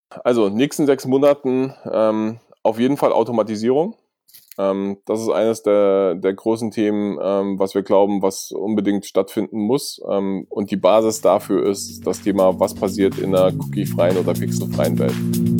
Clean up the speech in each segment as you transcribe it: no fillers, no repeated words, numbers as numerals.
Also in den nächsten 6 Monaten auf jeden Fall Automatisierung. Das ist eines der großen Themen, was wir glauben, was unbedingt stattfinden muss. Und die Basis dafür ist das Thema, was passiert in einer cookie-freien oder pixelfreien Welt.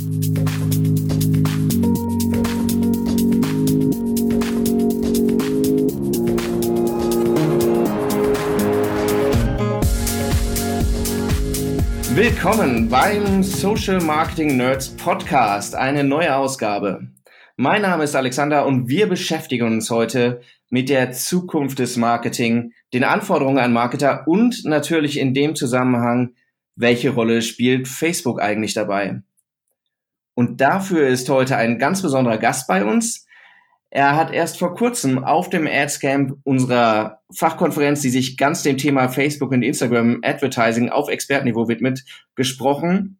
Willkommen beim Social Marketing Nerds Podcast, eine neue Ausgabe. Mein Name ist Alexander und wir beschäftigen uns heute mit der Zukunft des Marketing, den Anforderungen an Marketer und natürlich in dem Zusammenhang, welche Rolle spielt Facebook eigentlich dabei? Und dafür ist heute ein ganz besonderer Gast bei uns. Er hat erst vor kurzem auf dem Adscamp unserer Fachkonferenz, die sich ganz dem Thema Facebook und Instagram Advertising auf Expertenniveau widmet, gesprochen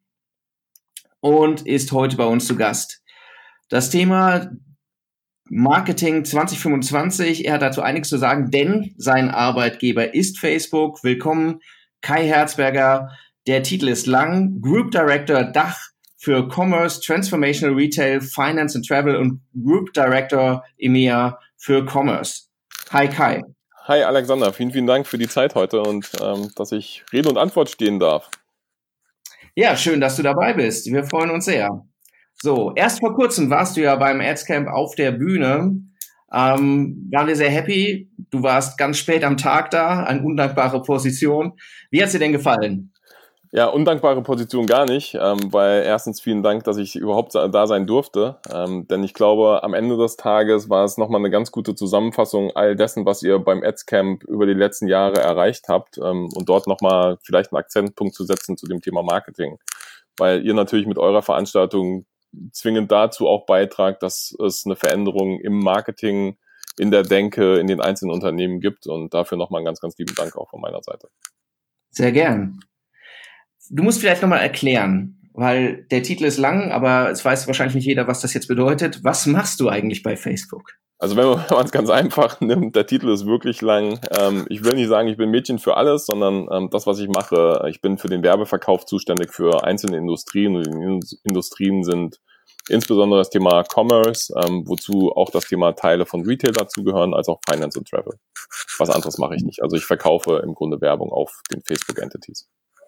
und ist heute bei uns zu Gast. Das Thema Marketing 2025, er hat dazu einiges zu sagen, denn sein Arbeitgeber ist Facebook. Willkommen, Kai Herzberger. Der Titel ist lang, Group Director Dach für Commerce, Transformational Retail, Finance and Travel und Group Director EMEA für Commerce. Hi Kai. Hi Alexander, vielen Dank für die Zeit heute und dass ich Rede und Antwort stehen darf. Ja, schön, dass du dabei bist. Wir freuen uns sehr. So, erst vor kurzem warst du ja beim Adscamp auf der Bühne. Waren wir sehr happy. Du warst ganz spät am Tag da, eine undankbare Position. Wie hat's dir denn gefallen? Ja, undankbare Position gar nicht, weil erstens vielen Dank, dass ich überhaupt da sein durfte, denn ich glaube, am Ende des Tages war es nochmal eine ganz gute Zusammenfassung all dessen, was ihr beim Adscamp über die letzten Jahre erreicht habt, und dort nochmal vielleicht einen Akzentpunkt zu setzen zu dem Thema Marketing, weil ihr natürlich mit eurer Veranstaltung zwingend dazu auch beitragt, dass es eine Veränderung im Marketing, in der Denke, in den einzelnen Unternehmen gibt, und dafür nochmal einen ganz lieben Dank auch von meiner Seite. Sehr gern. Du musst vielleicht nochmal erklären, weil der Titel ist lang, aber es weiß wahrscheinlich nicht jeder, was das jetzt bedeutet. Was machst du eigentlich bei Facebook? Also wenn man es ganz einfach nimmt, der Titel ist wirklich lang. Ich will nicht sagen, ich bin Mädchen für alles, sondern das, was ich mache, ich bin für den Werbeverkauf zuständig für einzelne Industrien, und die Industrien sind insbesondere das Thema Commerce, wozu auch das Thema Teile von Retail dazugehören, als auch Finance und Travel. Was anderes mache ich nicht. Also ich verkaufe im Grunde Werbung auf den Facebook-Entities.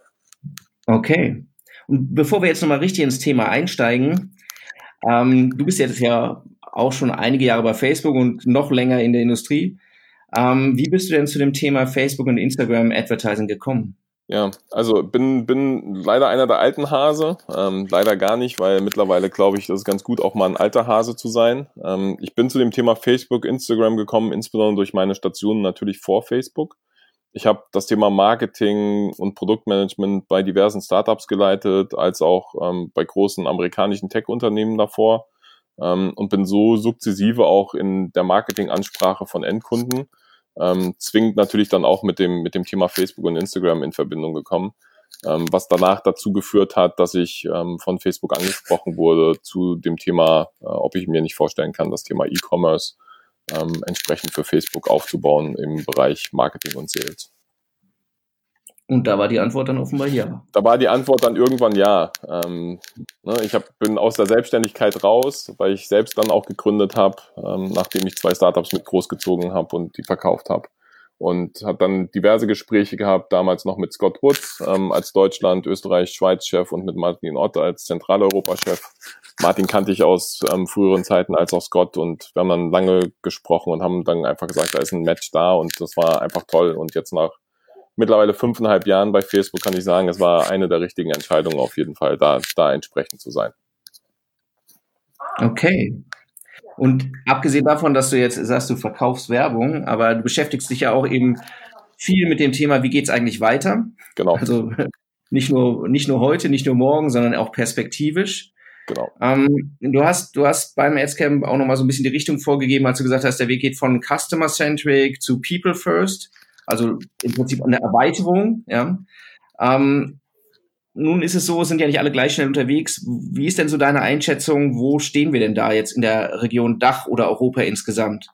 Okay. Und bevor wir jetzt nochmal richtig ins Thema einsteigen, du bist jetzt ja auch schon einige Jahre bei Facebook und noch länger in der Industrie. Wie bist du denn zu dem Thema Facebook und Instagram Advertising gekommen? Ja, also bin leider einer der alten Hase, leider gar nicht, weil mittlerweile glaube ich, das ist ganz gut, auch mal ein alter Hase zu sein. Ich bin zu dem Thema Facebook, Instagram gekommen, insbesondere durch meine Stationen natürlich vor Facebook. Ich habe das Thema Marketing und Produktmanagement bei diversen Startups geleitet, als auch bei großen amerikanischen Tech-Unternehmen davor, und bin so sukzessive auch in der Marketingansprache von Endkunden zwingend natürlich dann auch mit dem Thema Facebook und Instagram in Verbindung gekommen, was danach dazu geführt hat, dass ich von Facebook angesprochen wurde zu dem Thema, ob ich mir nicht vorstellen kann, das Thema E-Commerce entsprechend für Facebook aufzubauen im Bereich Marketing und Sales. Und da war die Antwort dann offenbar ja. Da war die Antwort dann irgendwann ja. Ich bin aus der Selbstständigkeit raus, weil ich selbst dann auch gegründet habe, nachdem ich 2 Startups mit großgezogen habe und die verkauft habe. Und habe dann diverse Gespräche gehabt, damals noch mit Scott Woods als Deutschland, Österreich, Schweiz-Chef und mit Martin Ott als Zentraleuropa-Chef. Martin kannte ich aus früheren Zeiten als auch Scott, und wir haben dann lange gesprochen und haben dann einfach gesagt, da ist ein Match da, und das war einfach toll. Und jetzt nach mittlerweile 5,5 Jahren bei Facebook kann ich sagen, es war eine der richtigen Entscheidungen auf jeden Fall, da entsprechend zu sein. Okay. Und abgesehen davon, dass du jetzt sagst, du verkaufst Werbung, aber du beschäftigst dich ja auch eben viel mit dem Thema, wie geht's eigentlich weiter? Genau. Also nicht nur heute, nicht nur morgen, sondern auch perspektivisch. Genau. Du hast beim Adscamp auch nochmal so ein bisschen die Richtung vorgegeben, als du gesagt hast, der Weg geht von Customer-Centric zu People-First, also im Prinzip eine Erweiterung. Ja. Nun ist es so, es sind ja nicht alle gleich schnell unterwegs. Wie ist denn so deine Einschätzung? Wo stehen wir denn da jetzt in der Region Dach oder Europa insgesamt?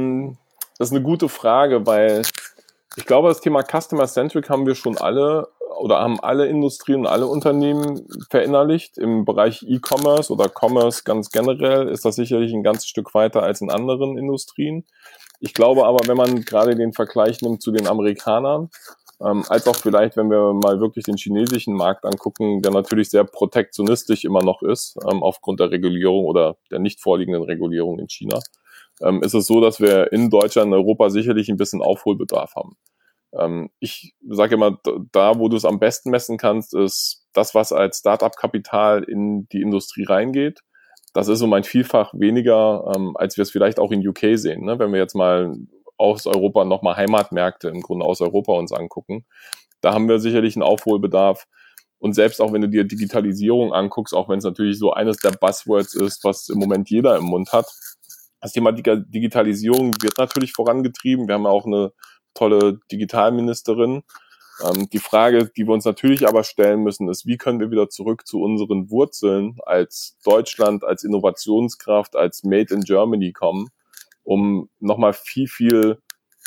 Das ist eine gute Frage, weil ich glaube, das Thema Customer-Centric haben wir schon alle oder haben alle Industrien und alle Unternehmen verinnerlicht. Im Bereich E-Commerce oder Commerce ganz generell ist das sicherlich ein ganzes Stück weiter als in anderen Industrien. Ich glaube aber, wenn man gerade den Vergleich nimmt zu den Amerikanern, als auch vielleicht, wenn wir mal wirklich den chinesischen Markt angucken, der natürlich sehr protektionistisch immer noch ist, aufgrund der Regulierung oder der nicht vorliegenden Regulierung in China, ist es so, dass wir in Deutschland und Europa sicherlich ein bisschen Aufholbedarf haben. Ich sage immer, da, wo du es am besten messen kannst, ist das, was als Start-up-Kapital in die Industrie reingeht. Das ist um ein Vielfach weniger, als wir es vielleicht auch in UK sehen. Ne? Wenn wir jetzt mal aus Europa nochmal Heimatmärkte im Grunde aus Europa uns angucken, da haben wir sicherlich einen Aufholbedarf. Und selbst auch wenn du dir Digitalisierung anguckst, auch wenn es natürlich so eines der Buzzwords ist, was im Moment jeder im Mund hat, das Thema Digitalisierung wird natürlich vorangetrieben. Wir haben ja auch eine tolle Digitalministerin. Die Frage, die wir uns natürlich aber stellen müssen, ist, wie können wir wieder zurück zu unseren Wurzeln als Deutschland, als Innovationskraft, als Made in Germany kommen, um nochmal viel,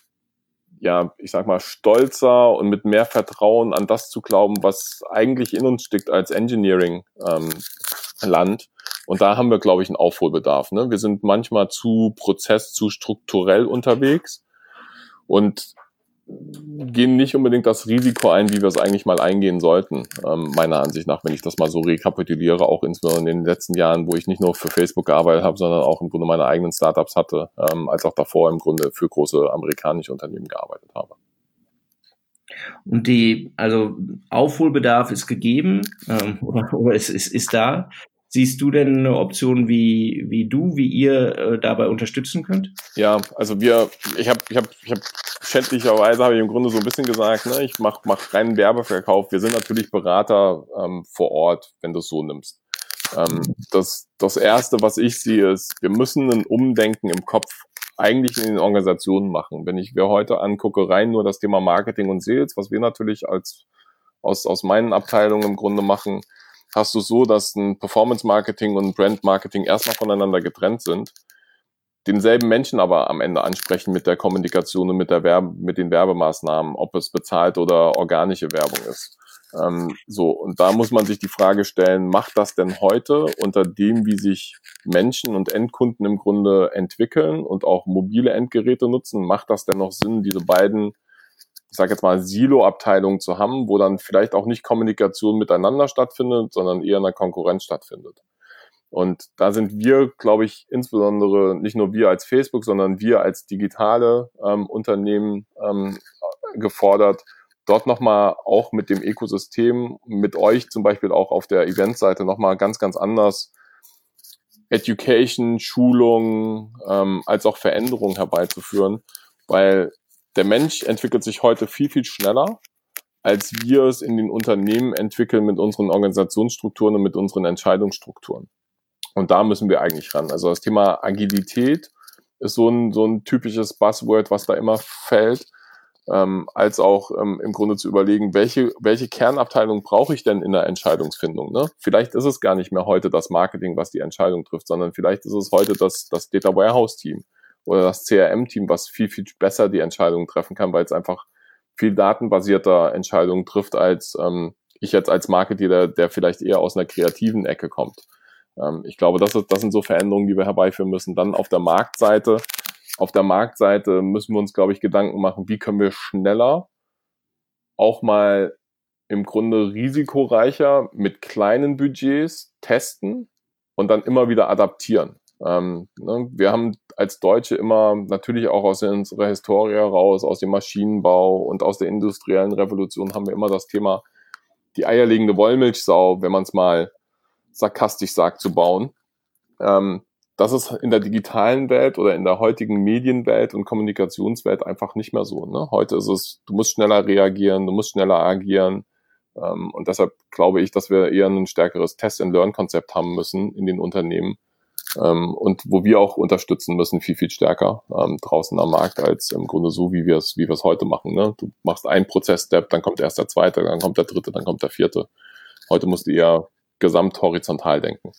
ja, ich sag mal, stolzer und mit mehr Vertrauen an das zu glauben, was eigentlich in uns steckt als Engineering-Land. Und da haben wir, glaube ich, einen Aufholbedarf. Ne? Wir sind manchmal zu zu strukturell unterwegs und gehen nicht unbedingt das Risiko ein, wie wir es eigentlich mal eingehen sollten, meiner Ansicht nach, wenn ich das mal so rekapituliere, auch insbesondere in den letzten Jahren, wo ich nicht nur für Facebook gearbeitet habe, sondern auch im Grunde meine eigenen Startups hatte, als auch davor im Grunde für große amerikanische Unternehmen gearbeitet habe. Und also Aufholbedarf ist gegeben, oder es ist da. Siehst du denn eine Option, wie ihr dabei unterstützen könnt? Ja, also ich habe schändlicherweise habe ich im Grunde so ein bisschen gesagt, ne, ich mach reinen Werbeverkauf. Wir sind natürlich Berater vor Ort, wenn du es so nimmst. Das Erste, was ich sehe, ist, wir müssen ein Umdenken im Kopf eigentlich in den Organisationen machen. Wenn ich mir heute angucke, rein nur das Thema Marketing und Sales, was wir natürlich aus meinen Abteilungen im Grunde machen, hast du so, dass ein Performance-Marketing und Brand-Marketing erstmal voneinander getrennt sind, denselben Menschen aber am Ende ansprechen mit der Kommunikation und mit den Werbemaßnahmen, ob es bezahlt oder organische Werbung ist. Und da muss man sich die Frage stellen, macht das denn heute unter dem, wie sich Menschen und Endkunden im Grunde entwickeln und auch mobile Endgeräte nutzen, macht das denn noch Sinn, diese beiden, ich sage jetzt mal, Silo-Abteilungen zu haben, wo dann vielleicht auch nicht Kommunikation miteinander stattfindet, sondern eher eine Konkurrenz stattfindet? Und da sind wir, glaube ich, insbesondere nicht nur wir als Facebook, sondern wir als digitale Unternehmen gefordert, dort nochmal auch mit dem Ökosystem, mit euch zum Beispiel auch auf der Eventseite nochmal ganz, ganz anders Education, Schulung als auch Veränderungen herbeizuführen, weil der Mensch entwickelt sich heute viel schneller, als wir es in den Unternehmen entwickeln mit unseren Organisationsstrukturen und mit unseren Entscheidungsstrukturen. Und da müssen wir eigentlich ran. Also das Thema Agilität ist so ein typisches Buzzword, was da immer fällt, als auch im Grunde zu überlegen, welche Kernabteilung brauche ich denn in der Entscheidungsfindung? Ne? Vielleicht ist es gar nicht mehr heute das Marketing, was die Entscheidung trifft, sondern vielleicht ist es heute das Data Warehouse Team oder das CRM-Team, was viel besser die Entscheidungen treffen kann, weil es einfach viel datenbasierter Entscheidungen trifft, als ich jetzt als Marketer, der vielleicht eher aus einer kreativen Ecke kommt. Ich glaube, das sind so Veränderungen, die wir herbeiführen müssen. Dann auf der Marktseite müssen wir uns, glaube ich, Gedanken machen, wie können wir schneller auch mal im Grunde risikoreicher mit kleinen Budgets testen und dann immer wieder adaptieren. Wir haben als Deutsche immer natürlich auch aus unserer Historie heraus, aus dem Maschinenbau und aus der industriellen Revolution haben wir immer das Thema, die eierlegende Wollmilchsau, wenn man es mal sarkastisch sagt, zu bauen. Das ist in der digitalen Welt oder in der heutigen Medienwelt und Kommunikationswelt einfach nicht mehr so. Ne? Heute ist es, du musst schneller reagieren, du musst schneller agieren. Und deshalb glaube ich, dass wir eher ein stärkeres Test-and-Learn-Konzept haben müssen in den Unternehmen. Und wo wir auch unterstützen müssen, viel stärker draußen am Markt, als im Grunde so, wie wir es heute machen. Ne? Du machst einen Prozess-Step, dann kommt erst der zweite, dann kommt der dritte, dann kommt der vierte. Heute musst du eher gesamt-horizontal denken.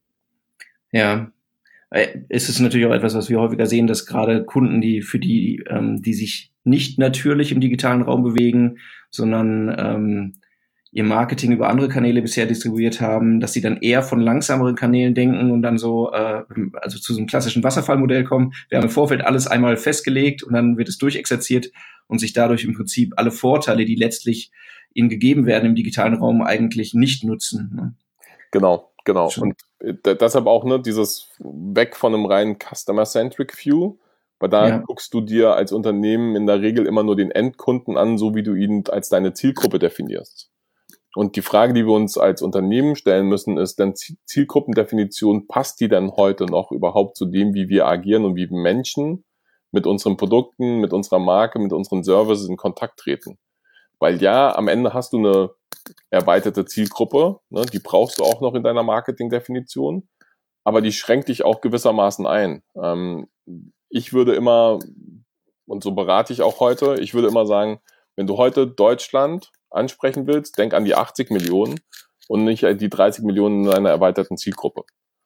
Ja, es ist natürlich auch etwas, was wir häufiger sehen, dass gerade Kunden, die sich nicht natürlich im digitalen Raum bewegen, sondern ihr Marketing über andere Kanäle bisher distribuiert haben, dass sie dann eher von langsameren Kanälen denken und dann so, also zu so einem klassischen Wasserfallmodell kommen. Wir haben im Vorfeld alles einmal festgelegt und dann wird es durchexerziert und sich dadurch im Prinzip alle Vorteile, die letztlich ihnen gegeben werden im digitalen Raum, eigentlich nicht nutzen. Ne? Genau. Und deshalb auch, ne, dieses weg von einem reinen Customer-Centric View, weil da guckst du dir als Unternehmen in der Regel immer nur den Endkunden an, so wie du ihn als deine Zielgruppe definierst. Und die Frage, die wir uns als Unternehmen stellen müssen, ist, denn Zielgruppendefinition, passt die denn heute noch überhaupt zu dem, wie wir agieren und wie Menschen mit unseren Produkten, mit unserer Marke, mit unseren Services in Kontakt treten? Weil ja, am Ende hast du eine erweiterte Zielgruppe, ne, die brauchst du auch noch in deiner Marketingdefinition, aber die schränkt dich auch gewissermaßen ein. Ich würde immer, und so berate ich auch heute, ich würde immer sagen, wenn du heute Deutschland ansprechen willst, denk an die 80 Millionen und nicht die 30 Millionen in einer erweiterten Zielgruppe.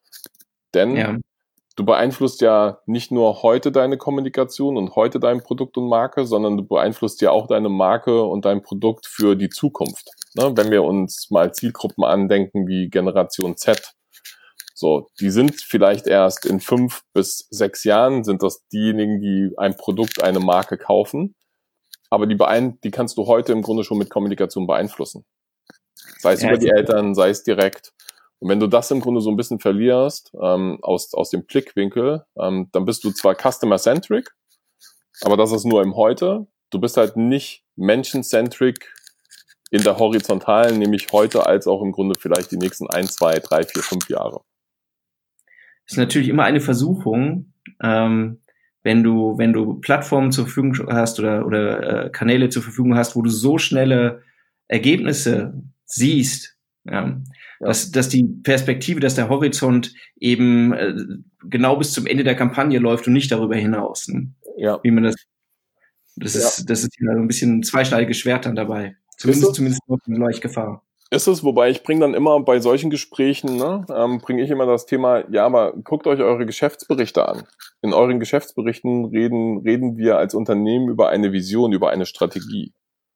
Denn du beeinflusst ja nicht nur heute deine Kommunikation und heute dein Produkt und Marke, sondern du beeinflusst ja auch deine Marke und dein Produkt für die Zukunft. Ne? Wenn wir uns mal Zielgruppen andenken wie Generation Z, so, die sind vielleicht erst in 5 bis 6 Jahren, sind das diejenigen, die ein Produkt, eine Marke kaufen, aber die kannst du heute im Grunde schon mit Kommunikation beeinflussen. Sei es über die Eltern, sei es direkt. Und wenn du das im Grunde so ein bisschen verlierst, aus dem Blickwinkel, dann bist du zwar customer-centric, aber das ist nur im Heute. Du bist halt nicht menschen-centric in der Horizontalen, nämlich heute als auch im Grunde vielleicht die nächsten 1, 2, 3, 4, 5 Jahre. Ist natürlich immer eine Versuchung, wenn du Plattformen zur Verfügung hast oder Kanäle zur Verfügung hast, wo du so schnelle Ergebnisse siehst, dass die Perspektive, dass der Horizont eben genau bis zum Ende der Kampagne läuft und nicht darüber hinaus. Ne? Ja. Wie man das ist ja ein bisschen ein zweischneidiges Schwert dann dabei. Zumindest noch eine leichte Gefahr. Ist es, wobei ich bringe dann immer bei solchen Gesprächen, bringe ich immer das Thema, ja, aber guckt euch eure Geschäftsberichte an. In euren Geschäftsberichten reden wir als Unternehmen über eine Vision, über eine Strategie.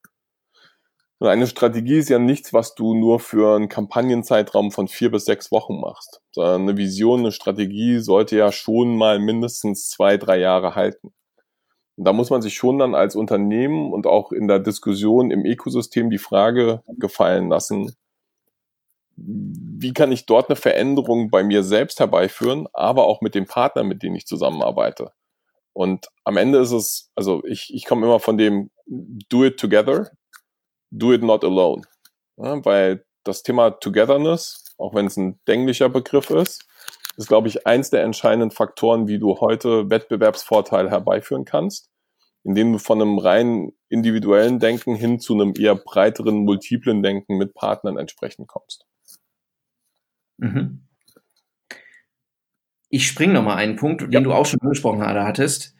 Und eine Strategie ist ja nichts, was du nur für einen Kampagnenzeitraum von 4 bis 6 Wochen machst. Sondern eine Vision, eine Strategie sollte ja schon mal mindestens 2, 3 Jahre halten. Und da muss man sich schon dann als Unternehmen und auch in der Diskussion im Ökosystem die Frage gefallen lassen, wie kann ich dort eine Veränderung bei mir selbst herbeiführen, aber auch mit den Partnern, mit denen ich zusammenarbeite. Und am Ende ist es, also ich komme immer von dem Do it together, do it not alone. Ja, weil das Thema Togetherness, auch wenn es ein dänglischer Begriff ist, glaube ich, eins der entscheidenden Faktoren, wie du heute Wettbewerbsvorteil herbeiführen kannst, indem du von einem rein individuellen Denken hin zu einem eher breiteren, multiplen Denken mit Partnern entsprechend kommst. Mhm. Ich springe nochmal einen Punkt, den du auch schon angesprochen hattest,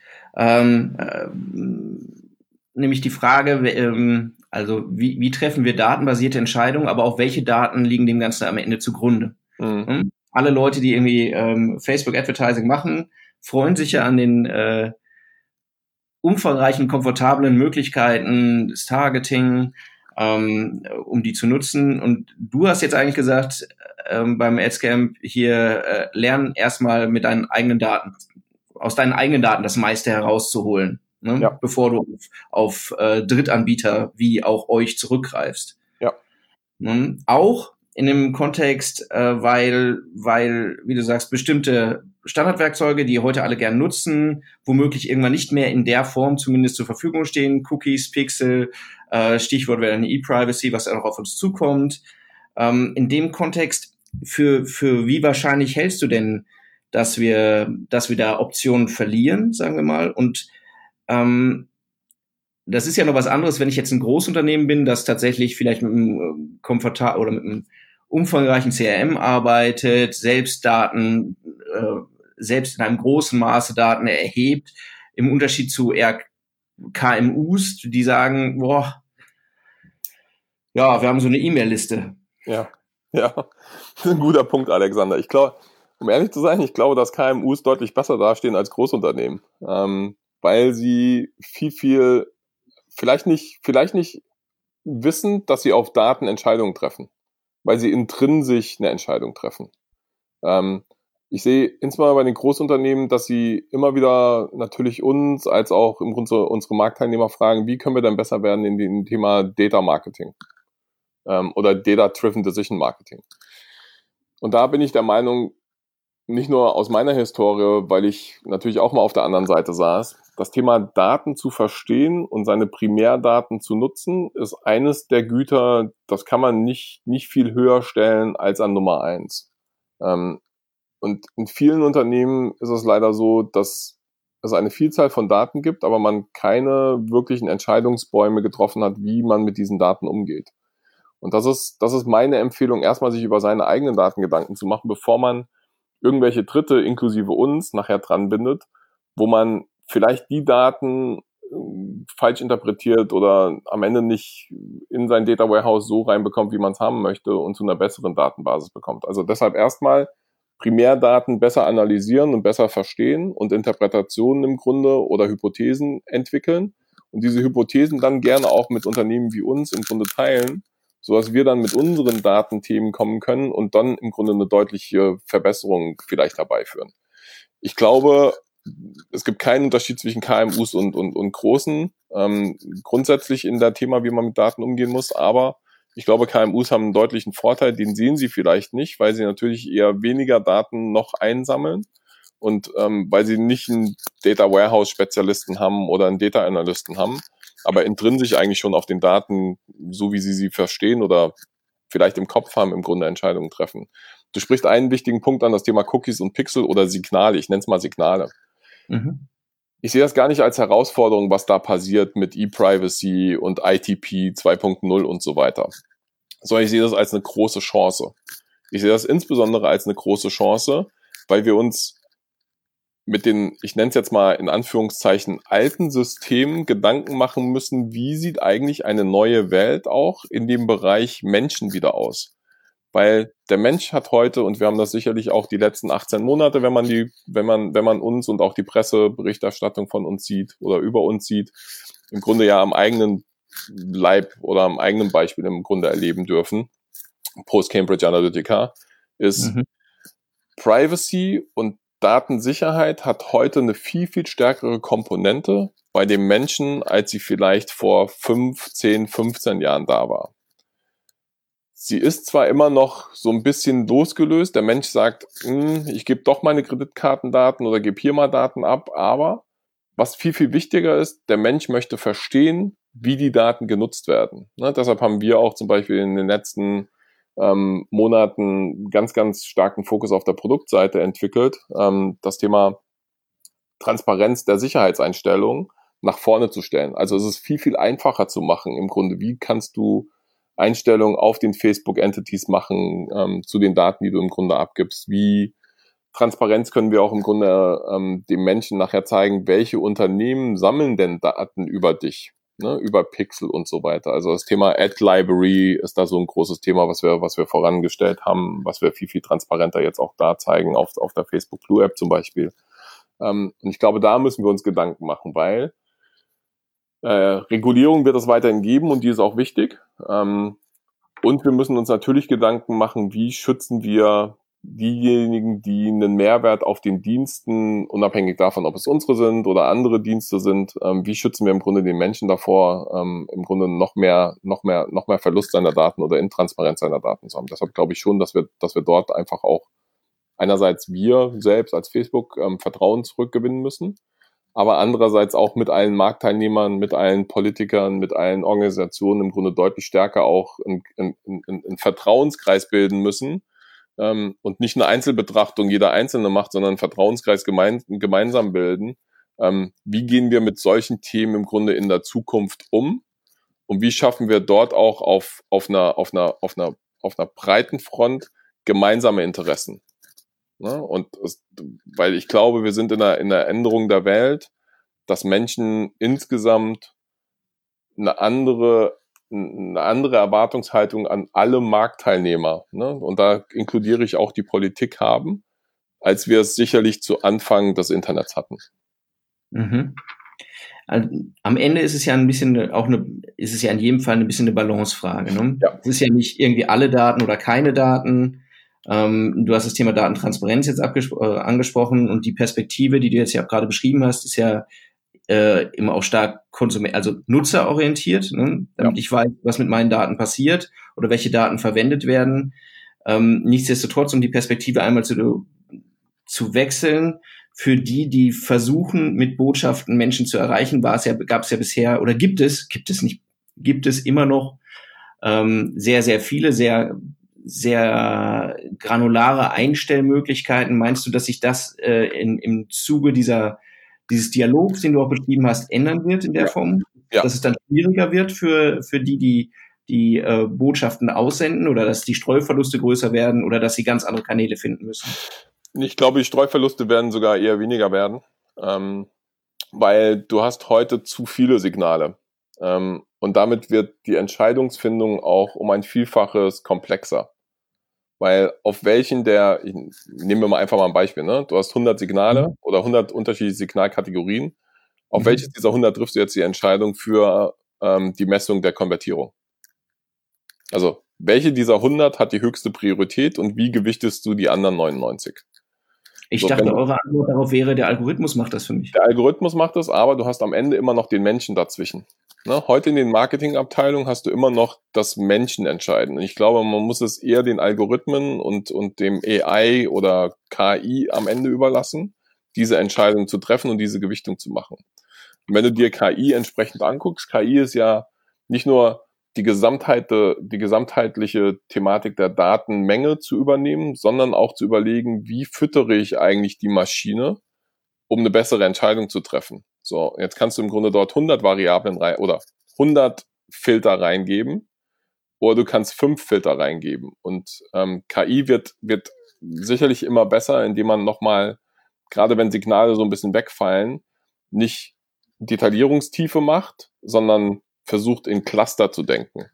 nämlich die Frage, also wie treffen wir datenbasierte Entscheidungen, aber auch welche Daten liegen dem Ganzen am Ende zugrunde? Mhm. Alle Leute, die irgendwie Facebook-Advertising machen, freuen sich ja an den umfangreichen, komfortablen Möglichkeiten des Targeting, um die zu nutzen. Und du hast jetzt eigentlich gesagt, beim Adscamp hier lernen erstmal mit deinen eigenen Daten, aus deinen eigenen Daten das meiste herauszuholen, ne? Bevor du auf Drittanbieter wie auch euch zurückgreifst. Ja. Auch in dem Kontext, weil, wie du sagst, bestimmte Standardwerkzeuge, die heute alle gern nutzen, womöglich irgendwann nicht mehr in der Form zumindest zur Verfügung stehen. Cookies, Pixel, Stichwort wäre eine E-Privacy, was auch noch auf uns zukommt. In dem Kontext, für wie wahrscheinlich hältst du denn, dass wir da Optionen verlieren, sagen wir mal? Und das ist ja noch was anderes, wenn ich jetzt ein Großunternehmen bin, das tatsächlich vielleicht mit einem oder mit einem umfangreichen CRM arbeitet, selbst in einem großen Maße Daten erhebt, im Unterschied zu eher KMUs, die sagen, wir haben so eine E-Mail-Liste. Ja, das ist ein guter Punkt, Alexander. Ich glaube, um ehrlich zu sein, dass KMUs deutlich besser dastehen als Großunternehmen, weil sie viel, vielleicht nicht wissen, dass sie auf Daten Entscheidungen treffen, weil sie intrinsisch eine Entscheidung treffen. Ich sehe insbesondere bei den Großunternehmen, dass sie immer wieder natürlich uns als auch im Grunde unsere Marktteilnehmer fragen, wie können wir denn besser werden in dem Thema Data Marketing oder Data-Driven Decision Marketing. Und da bin ich der Meinung, nicht nur aus meiner Historie, weil ich natürlich auch mal auf der anderen Seite saß, das Thema Daten zu verstehen und seine Primärdaten zu nutzen, ist eines der Güter, das kann man nicht viel höher stellen als an Nummer 1. Und in vielen Unternehmen ist es leider so, dass es eine Vielzahl von Daten gibt, aber man keine wirklichen Entscheidungsbäume getroffen hat, wie man mit diesen Daten umgeht. Und das ist meine Empfehlung, erstmal sich über seine eigenen Daten Gedanken zu machen, bevor man irgendwelche Dritte, inklusive uns, nachher dran bindet, wo man vielleicht die Daten falsch interpretiert oder am Ende nicht in sein Data Warehouse so reinbekommt, wie man es haben möchte und zu einer besseren Datenbasis bekommt. Also deshalb erstmal Primärdaten besser analysieren und besser verstehen und Interpretationen im Grunde oder Hypothesen entwickeln und diese Hypothesen dann gerne auch mit Unternehmen wie uns im Grunde teilen, sodass wir dann mit unseren Datenthemen kommen können und dann im Grunde eine deutliche Verbesserung vielleicht herbeiführen. Ich glaube, es gibt keinen Unterschied zwischen KMUs und Großen, grundsätzlich in der Thema, wie man mit Daten umgehen muss, aber ich glaube, KMUs haben einen deutlichen Vorteil, den sehen sie vielleicht nicht, weil sie natürlich eher weniger Daten noch einsammeln und weil sie nicht einen Data Warehouse Spezialisten haben oder einen Data Analysten haben, aber intrinsisch eigentlich schon auf den Daten, so wie sie verstehen oder vielleicht im Kopf haben, im Grunde Entscheidungen treffen. Du sprichst einen wichtigen Punkt an, das Thema Cookies und Pixel oder Signale. Ich nenne es mal Signale. Mhm. Ich sehe das gar nicht als Herausforderung, was da passiert mit E-Privacy und ITP 2.0 und so weiter, sondern ich sehe das als eine große Chance. Ich sehe das insbesondere als eine große Chance, weil wir uns mit den, ich nenne es jetzt mal in Anführungszeichen, alten Systemen Gedanken machen müssen, wie sieht eigentlich eine neue Welt auch in dem Bereich Menschen wieder aus? Weil der Mensch hat heute, und wir haben das sicherlich auch die letzten 18 Monate, wenn man uns und auch die Presseberichterstattung von uns sieht oder über uns sieht, im Grunde ja am eigenen Leib oder am eigenen Beispiel im Grunde erleben dürfen, post-Cambridge Analytica, ist Privacy und Datensicherheit hat heute eine viel stärkere Komponente bei dem Menschen, als sie vielleicht vor 5, 10, 15 Jahren da war. Sie ist zwar immer noch so ein bisschen losgelöst, der Mensch sagt, ich gebe doch meine Kreditkartendaten oder gebe hier mal Daten ab, aber was viel wichtiger ist, der Mensch möchte verstehen, wie die Daten genutzt werden. Deshalb haben wir auch zum Beispiel in den letzten Monaten ganz starken Fokus auf der Produktseite entwickelt, das Thema Transparenz der Sicherheitseinstellungen nach vorne zu stellen. Also es ist viel einfacher zu machen im Grunde. Wie kannst du Einstellungen auf den Facebook-Entities machen zu den Daten, die du im Grunde abgibst? Wie Transparenz können wir auch im Grunde dem Menschen nachher zeigen, welche Unternehmen sammeln denn Daten über dich? Ne, über Pixel und so weiter. Also das Thema Ad Library ist da so ein großes Thema, was wir vorangestellt haben, was wir viel transparenter jetzt auch da zeigen, auf der Facebook Blue App zum Beispiel. Und ich glaube, da müssen wir uns Gedanken machen, weil Regulierung wird es weiterhin geben und die ist auch wichtig. Und wir müssen uns natürlich Gedanken machen, wie schützen wir diejenigen, die einen Mehrwert auf den Diensten, unabhängig davon, ob es unsere sind oder andere Dienste sind, wie schützen wir im Grunde den Menschen davor, im Grunde noch mehr Verlust seiner Daten oder Intransparenz seiner Daten zu haben. Deshalb glaube ich schon, dass wir dort einfach auch einerseits wir selbst als Facebook Vertrauen zurückgewinnen müssen, aber andererseits auch mit allen Marktteilnehmern, mit allen Politikern, mit allen Organisationen im Grunde deutlich stärker auch einen Vertrauenskreis bilden müssen, und nicht eine Einzelbetrachtung jeder Einzelne macht, sondern einen Vertrauenskreis gemeinsam bilden. Wie gehen wir mit solchen Themen im Grunde in der Zukunft um? Und wie schaffen wir dort auch auf einer breiten Front gemeinsame Interessen? Ne? Weil ich glaube, wir sind in der Änderung der Welt, dass Menschen insgesamt eine andere Erwartungshaltung an alle Marktteilnehmer, ne? Und da inkludiere ich auch die Politik haben, als wir es sicherlich zu Anfang des Internets hatten. Mhm. am Ende ist es ja ein bisschen ist es ja in jedem Fall ein bisschen eine Balancefrage. Ne? Ja. Es ist ja nicht irgendwie alle Daten oder keine Daten. Du hast das Thema Datentransparenz jetzt angesprochen und die Perspektive, die du jetzt ja auch gerade beschrieben hast, ist ja immer auch stark also nutzerorientiert, ne? Damit ich weiß, was mit meinen Daten passiert oder welche Daten verwendet werden. Nichtsdestotrotz, um die Perspektive einmal zu wechseln, für die versuchen, mit Botschaften Menschen zu erreichen, gab es ja bisher oder gibt es immer noch sehr, sehr viele, sehr, sehr granulare Einstellmöglichkeiten. Meinst du, dass sich das im Zuge dieses Dialogs, den du auch beschrieben hast, ändern wird in der Form? Ja. Dass es dann schwieriger wird für die Botschaften aussenden oder dass die Streuverluste größer werden oder dass sie ganz andere Kanäle finden müssen? Ich glaube, die Streuverluste werden sogar eher weniger werden, weil du hast heute zu viele Signale. Und damit wird die Entscheidungsfindung auch um ein Vielfaches komplexer. Weil auf welchen nehmen wir mal einfach mal ein Beispiel, ne? Du hast 100 Signale oder 100 unterschiedliche Signalkategorien. Auf welches dieser 100 triffst du jetzt die Entscheidung für die Messung der Konvertierung? Also, welche dieser 100 hat die höchste Priorität und wie gewichtest du die anderen 99? Ich dachte, eure Antwort darauf wäre, der Algorithmus macht das für mich. Der Algorithmus macht das, aber du hast am Ende immer noch den Menschen dazwischen. Ne? Heute in den Marketingabteilungen hast du immer noch das Menschen entscheiden. Und ich glaube, man muss es eher den Algorithmen und dem AI oder KI am Ende überlassen, diese Entscheidung zu treffen und diese Gewichtung zu machen. Und wenn du dir KI entsprechend anguckst, KI ist ja nicht nur die gesamtheitliche Thematik der Datenmenge zu übernehmen, sondern auch zu überlegen, wie füttere ich eigentlich die Maschine, um eine bessere Entscheidung zu treffen. So, jetzt kannst du im Grunde dort 100 Variablen oder 100 Filter reingeben oder du kannst 5 Filter reingeben. Und KI wird sicherlich immer besser, indem man nochmal, gerade wenn Signale so ein bisschen wegfallen, nicht Detaillierungstiefe macht, sondern versucht in Cluster zu denken.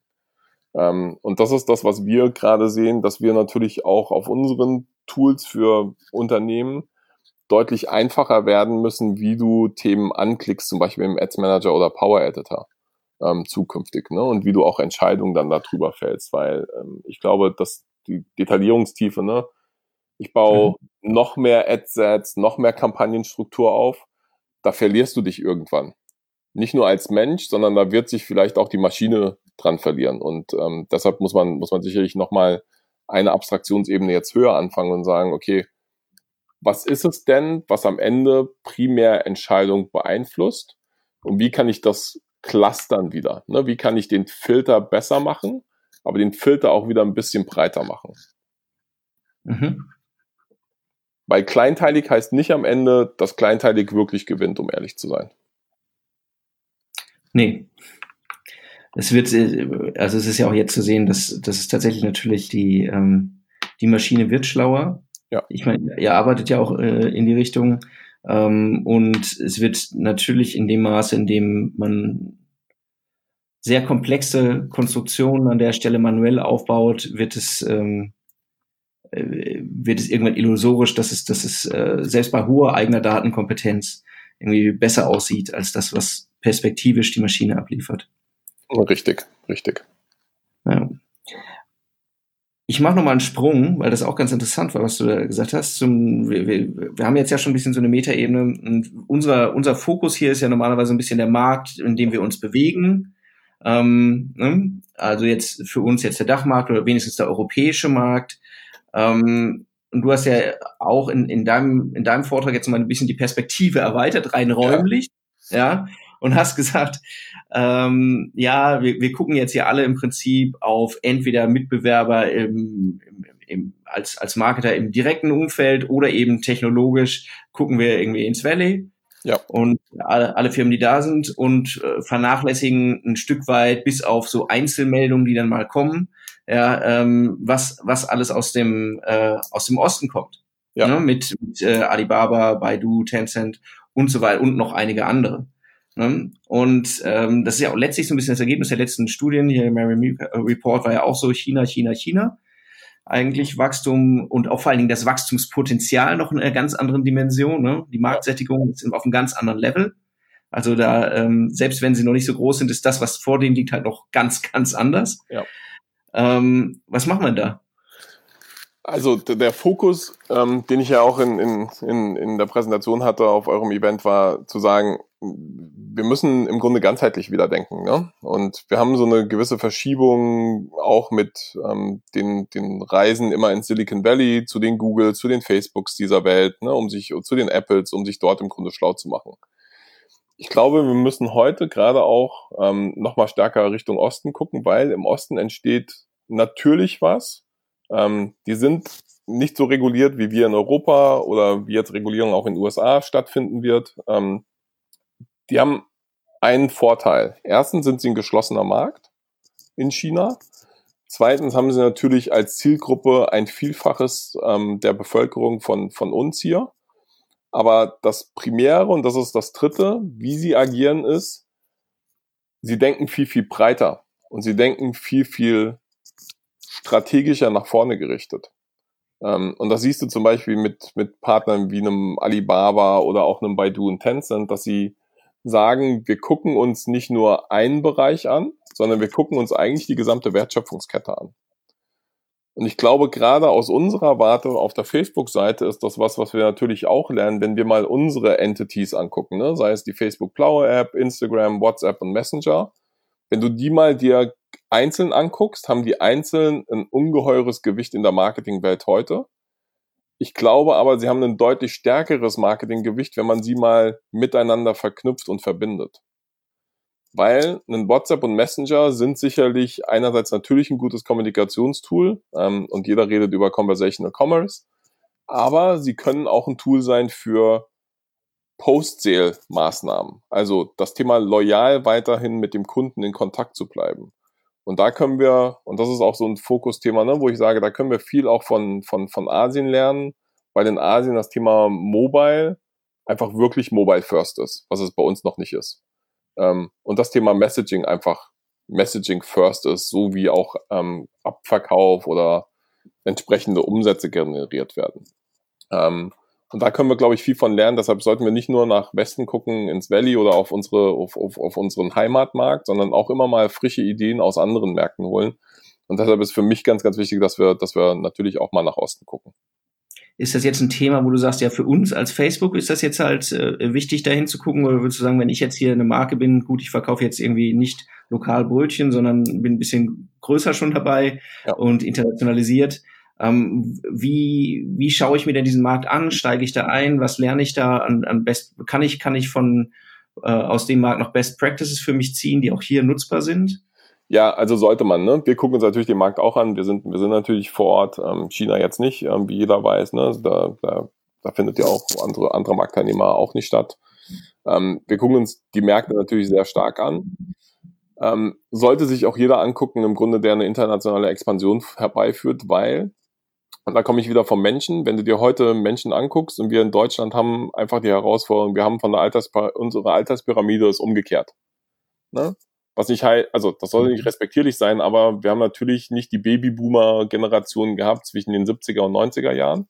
Und das ist das, was wir gerade sehen, dass wir natürlich auch auf unseren Tools für Unternehmen deutlich einfacher werden müssen, wie du Themen anklickst, zum Beispiel im Ads Manager oder Power Editor zukünftig, ne? Und wie du auch Entscheidungen dann darüber fällst, weil ich glaube, dass die Detaillierungstiefe, ne? Ich baue noch mehr Adsets, noch mehr Kampagnenstruktur auf, da verlierst du dich irgendwann. Nicht nur als Mensch, sondern da wird sich vielleicht auch die Maschine dran verlieren. Und deshalb muss man sicherlich nochmal eine Abstraktionsebene jetzt höher anfangen und sagen, okay, was ist es denn, was am Ende primär Entscheidung beeinflusst? Und wie kann ich das clustern wieder? Ne? Wie kann ich den Filter besser machen, aber den Filter auch wieder ein bisschen breiter machen? Weil kleinteilig heißt nicht am Ende, dass kleinteilig wirklich gewinnt, um ehrlich zu sein. Nee. Es ist ja auch jetzt zu sehen, dass es tatsächlich natürlich die Maschine wird schlauer. Ja. Ich meine, ihr arbeitet ja auch in die Richtung und es wird natürlich in dem Maße, in dem man sehr komplexe Konstruktionen an der Stelle manuell aufbaut, wird es irgendwann illusorisch, dass es selbst bei hoher eigener Datenkompetenz irgendwie besser aussieht als das, was perspektivisch die Maschine abliefert. Richtig. Ja. Ich mache nochmal einen Sprung, weil das auch ganz interessant war, was du da gesagt hast. Wir haben jetzt ja schon ein bisschen so eine Metaebene und unser Fokus hier ist ja normalerweise ein bisschen der Markt, in dem wir uns bewegen. Also jetzt für uns jetzt der Dachmarkt oder wenigstens der europäische Markt. Und du hast ja auch in deinem Vortrag jetzt mal ein bisschen die Perspektive erweitert, rein räumlich, ja, und hast gesagt, wir gucken jetzt hier alle im Prinzip auf entweder Mitbewerber als Marketer im direkten Umfeld oder eben technologisch gucken wir irgendwie ins Valley. Ja. Und alle Firmen, die da sind und vernachlässigen ein Stück weit bis auf so Einzelmeldungen, die dann mal kommen, was alles aus dem Osten kommt. Ja. Ne? Mit Alibaba, Baidu, Tencent und so weiter und noch einige andere. Ne? Und das ist ja auch letztlich so ein bisschen das Ergebnis der letzten Studien. Hier im Merriam Report war ja auch so China. Eigentlich Wachstum und auch vor allen Dingen das Wachstumspotenzial noch in einer ganz anderen Dimension. Ne? Die Marktsättigung ist auf einem ganz anderen Level. Also da, selbst wenn sie noch nicht so groß sind, ist das, was vor denen liegt, halt noch ganz, ganz anders. Ja. Was machen wir da? Also der Fokus, den ich ja auch in der Präsentation hatte auf eurem Event, war zu sagen, wir müssen im Grunde ganzheitlich wieder denken. Ne? Und wir haben so eine gewisse Verschiebung auch mit den Reisen immer ins Silicon Valley, zu den Googles, zu den Facebooks dieser Welt, ne? Zu den Apples, um sich dort im Grunde schlau zu machen. Ich glaube, wir müssen heute gerade auch nochmal stärker Richtung Osten gucken, weil im Osten entsteht natürlich was. Die sind nicht so reguliert, wie wir in Europa oder wie jetzt Regulierung auch in den USA stattfinden wird. Die haben einen Vorteil. Erstens sind sie ein geschlossener Markt in China. Zweitens haben sie natürlich als Zielgruppe ein Vielfaches der Bevölkerung von uns hier. Aber das Primäre, und das ist das Dritte, wie sie agieren, ist, sie denken viel, viel breiter und sie denken viel, viel strategischer nach vorne gerichtet. Und das siehst du zum Beispiel mit Partnern wie einem Alibaba oder auch einem Baidu und Tencent, dass sie sagen, wir gucken uns nicht nur einen Bereich an, sondern wir gucken uns eigentlich die gesamte Wertschöpfungskette an. Und ich glaube, gerade aus unserer Warte auf der Facebook-Seite ist das was wir natürlich auch lernen, wenn wir mal unsere Entities angucken, ne? Sei es die Facebook Blaue App, Instagram, WhatsApp und Messenger. Wenn du die mal dir einzeln anguckst, haben die einzeln ein ungeheures Gewicht in der Marketingwelt heute. Ich glaube aber, sie haben ein deutlich stärkeres Marketinggewicht, wenn man sie mal miteinander verknüpft und verbindet. Weil ein WhatsApp und Messenger sind sicherlich einerseits natürlich ein gutes Kommunikationstool und jeder redet über Conversational Commerce, aber sie können auch ein Tool sein für Post-Sale-Maßnahmen. Also das Thema loyal weiterhin mit dem Kunden in Kontakt zu bleiben. Und da können wir, und das ist auch so ein Fokusthema, ne, wo ich sage, da können wir viel auch von Asien lernen, weil in Asien das Thema Mobile einfach wirklich Mobile First ist, was es bei uns noch nicht ist. Und das Thema Messaging einfach Messaging First ist, so wie auch Abverkauf oder entsprechende Umsätze generiert werden. Und da können wir, glaube ich, viel von lernen. Deshalb sollten wir nicht nur nach Westen gucken, ins Valley oder auf unseren Heimatmarkt, sondern auch immer mal frische Ideen aus anderen Märkten holen. Und deshalb ist für mich ganz, ganz wichtig, dass wir natürlich auch mal nach Osten gucken. Ist das jetzt ein Thema, wo du sagst, ja, für uns als Facebook ist das jetzt halt wichtig, dahin zu gucken? Oder würdest du sagen, wenn ich jetzt hier eine Marke bin, gut, ich verkaufe jetzt irgendwie nicht lokal Brötchen, sondern bin ein bisschen größer schon dabei und internationalisiert. Wie schaue ich mir denn diesen Markt an? Steige ich da ein? Was lerne ich da an kann ich von aus dem Markt noch Best Practices für mich ziehen, die auch hier nutzbar sind? Ja, also sollte man, ne? Wir gucken uns natürlich den Markt auch an. Wir sind natürlich vor Ort, China jetzt nicht, wie jeder weiß, ne? Da findet ja auch andere Marktteilnehmer auch nicht statt. Wir gucken uns die Märkte natürlich sehr stark an. Sollte sich auch jeder angucken, im Grunde, der eine internationale Expansion herbeiführt, weil, und da komme ich wieder vom Menschen, wenn du dir heute Menschen anguckst und wir in Deutschland haben einfach die Herausforderung, wir haben von der unsere Alterspyramide ist umgekehrt. Ne? Was nicht heißt, also das soll nicht respektierlich sein, aber wir haben natürlich nicht die Babyboomer-Generation gehabt zwischen den 70er und 90er Jahren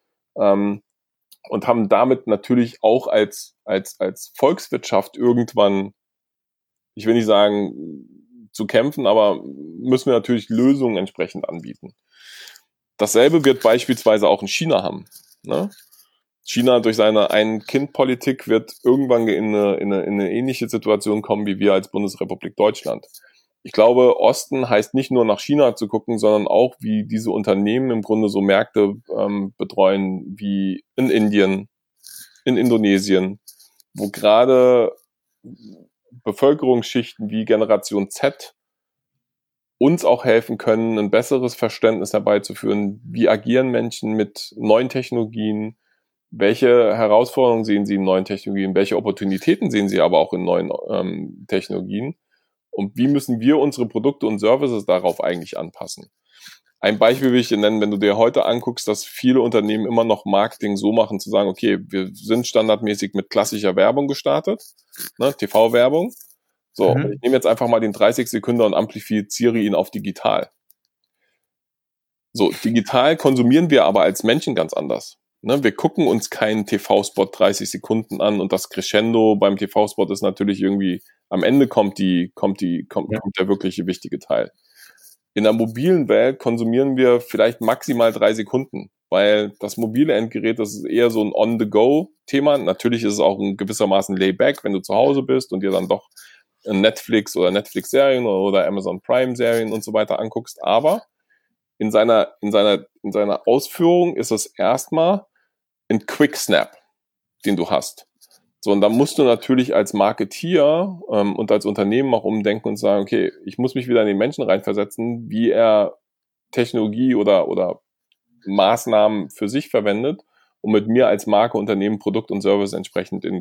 und haben damit natürlich auch als Volkswirtschaft irgendwann, ich will nicht sagen zu kämpfen, aber müssen wir natürlich Lösungen entsprechend anbieten. Dasselbe wird beispielsweise auch in China haben. Ne? China durch seine Ein-Kind-Politik wird irgendwann in eine ähnliche Situation kommen wie wir als Bundesrepublik Deutschland. Ich glaube, Osten heißt nicht nur nach China zu gucken, sondern auch, wie diese Unternehmen im Grunde so Märkte betreuen wie in Indien, in Indonesien, wo gerade Bevölkerungsschichten wie Generation Z uns auch helfen können, ein besseres Verständnis herbeizuführen, wie agieren Menschen mit neuen Technologien, welche Herausforderungen sehen sie in neuen Technologien, welche Opportunitäten sehen sie aber auch in neuen Technologien und wie müssen wir unsere Produkte und Services darauf eigentlich anpassen. Ein Beispiel will ich dir nennen, wenn du dir heute anguckst, dass viele Unternehmen immer noch Marketing so machen, zu sagen, okay, wir sind standardmäßig mit klassischer Werbung gestartet, ne, TV-Werbung. So, und ich nehme jetzt einfach mal den 30 Sekunden und amplifiziere ihn auf digital. So, digital konsumieren wir aber als Menschen ganz anders. Ne, wir gucken uns keinen TV-Spot 30 Sekunden an und das Crescendo beim TV-Spot ist natürlich irgendwie, am Ende kommt der wirkliche wichtige Teil. In der mobilen Welt konsumieren wir vielleicht maximal 3 Sekunden, weil das mobile Endgerät, das ist eher so ein On-the-Go-Thema. Natürlich ist es auch ein gewissermaßen Layback, wenn du zu Hause bist und dir dann doch Netflix oder Netflix-Serien oder Amazon Prime-Serien und so weiter anguckst. Aber in seiner Ausführung ist es erstmal ein Quick Snap, den du hast. So, und da musst du natürlich als Marketeer und als Unternehmen auch umdenken und sagen, okay, ich muss mich wieder in den Menschen reinversetzen, wie er Technologie oder Maßnahmen für sich verwendet, um mit mir als Marke, Unternehmen, Produkt und Service entsprechend in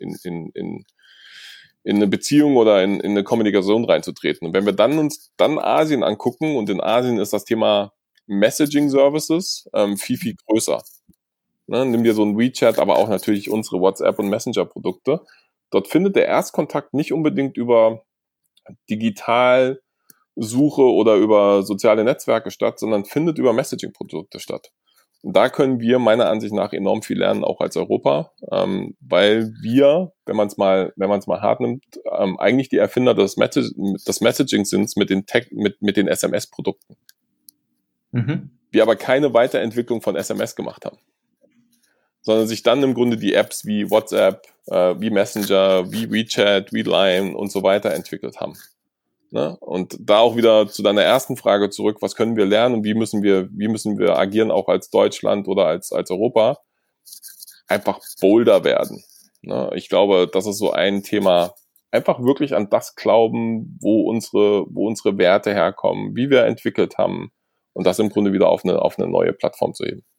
eine Beziehung oder in eine Kommunikation reinzutreten. Und wenn wir uns dann Asien angucken, und in Asien ist das Thema Messaging Services viel größer. Ne, nimm dir so ein WeChat, aber auch natürlich unsere WhatsApp- und Messenger-Produkte. Dort findet der Erstkontakt nicht unbedingt über Digitalsuche oder über soziale Netzwerke statt, sondern findet über Messaging-Produkte statt. Und da können wir meiner Ansicht nach enorm viel lernen, auch als Europa, weil wir, wenn man es mal hart nimmt, eigentlich die Erfinder des Messaging sind mit den SMS-Produkten. Mhm. Wir aber keine Weiterentwicklung von SMS gemacht haben, sondern sich dann im Grunde die Apps wie WhatsApp, wie Messenger, wie WeChat, wie Line und so weiter entwickelt haben. Ne? Und da auch wieder zu deiner ersten Frage zurück, was können wir lernen und wie müssen wir agieren, auch als Deutschland oder als Europa? Einfach bolder werden. Ne? Ich glaube, das ist so ein Thema, einfach wirklich an das glauben, wo unsere Werte herkommen, wie wir entwickelt haben und das im Grunde wieder auf eine neue Plattform zu heben.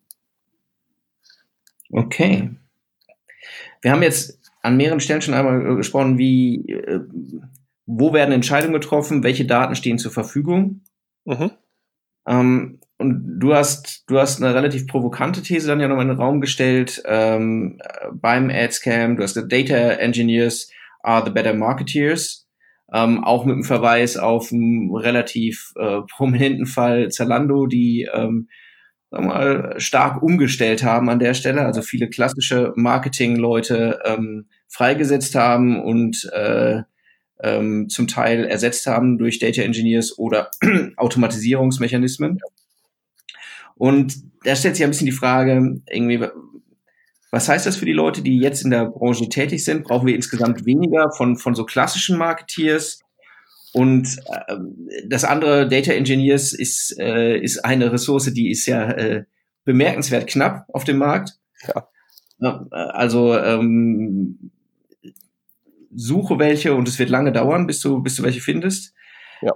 Okay. Wir haben jetzt an mehreren Stellen schon einmal gesprochen, wo werden Entscheidungen getroffen, welche Daten stehen zur Verfügung. Mhm. Und du hast eine relativ provokante These dann ja nochmal in den Raum gestellt beim AdScam. Du hast gesagt, Data Engineers are the better marketeers. Auch mit dem Verweis auf einen relativ prominenten Fall Zalando, die sagen wir mal, stark umgestellt haben an der Stelle, also viele klassische Marketing-Leute freigesetzt haben und zum Teil ersetzt haben durch Data Engineers oder Automatisierungsmechanismen. Und da stellt sich ein bisschen die Frage, irgendwie, was heißt das für die Leute, die jetzt in der Branche tätig sind? Brauchen wir insgesamt weniger von so klassischen Marketeers? Und das andere, Data Engineers, ist eine Ressource, die ist ja bemerkenswert knapp auf dem Markt. Ja. Also suche welche und es wird lange dauern, bis du welche findest. Ja.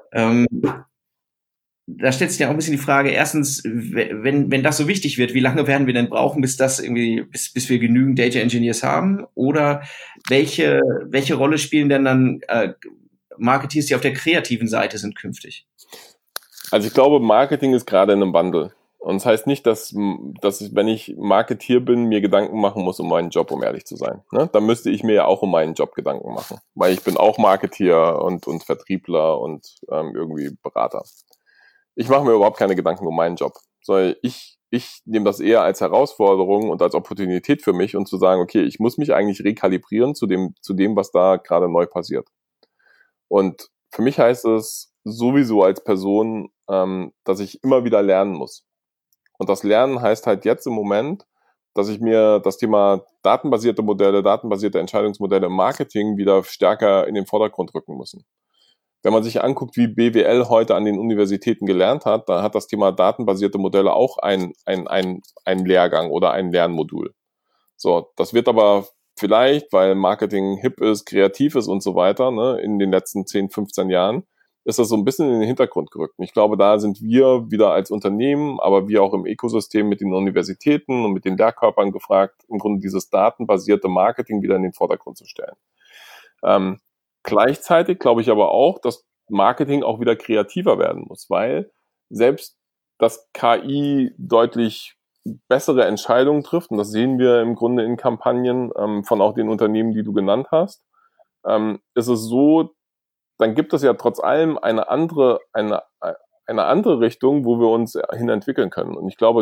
Da stellt sich ja auch ein bisschen die Frage, erstens, wenn das so wichtig wird, wie lange werden wir denn brauchen, bis wir genügend Data Engineers haben? Oder welche Rolle spielen denn dann Marketeers, die auf der kreativen Seite sind, künftig? Also ich glaube, Marketing ist gerade in einem Wandel. Und das heißt nicht, dass ich, wenn ich Marketeer bin, mir Gedanken machen muss um meinen Job, um ehrlich zu sein. Ne? Da müsste ich mir ja auch um meinen Job Gedanken machen. Weil ich bin auch Marketeer und Vertriebler und irgendwie Berater. Ich mache mir überhaupt keine Gedanken um meinen Job. Sondern ich nehme das eher als Herausforderung und als Opportunität für mich und zu sagen, okay, ich muss mich eigentlich rekalibrieren zu dem, was da gerade neu passiert. Und für mich heißt es sowieso als Person, dass ich immer wieder lernen muss. Und das Lernen heißt halt jetzt im Moment, dass ich mir das Thema datenbasierte Modelle, datenbasierte Entscheidungsmodelle im Marketing wieder stärker in den Vordergrund rücken müssen. Wenn man sich anguckt, wie BWL heute an den Universitäten gelernt hat, dann hat das Thema datenbasierte Modelle auch ein Lehrgang oder ein Lernmodul. So, das wird aber vielleicht, weil Marketing hip ist, kreativ ist und so weiter, ne, in den letzten 10, 15 Jahren, ist das so ein bisschen in den Hintergrund gerückt. Und ich glaube, da sind wir wieder als Unternehmen, aber wir auch im Ökosystem mit den Universitäten und mit den Lehrkörpern gefragt, im Grunde dieses datenbasierte Marketing wieder in den Vordergrund zu stellen. Gleichzeitig glaube ich aber auch, dass Marketing auch wieder kreativer werden muss, weil selbst das KI deutlich bessere Entscheidungen trifft, und das sehen wir im Grunde in Kampagnen von auch den Unternehmen, die du genannt hast, ist es so, dann gibt es ja trotz allem eine andere Richtung, wo wir uns hin entwickeln können. Und ich glaube,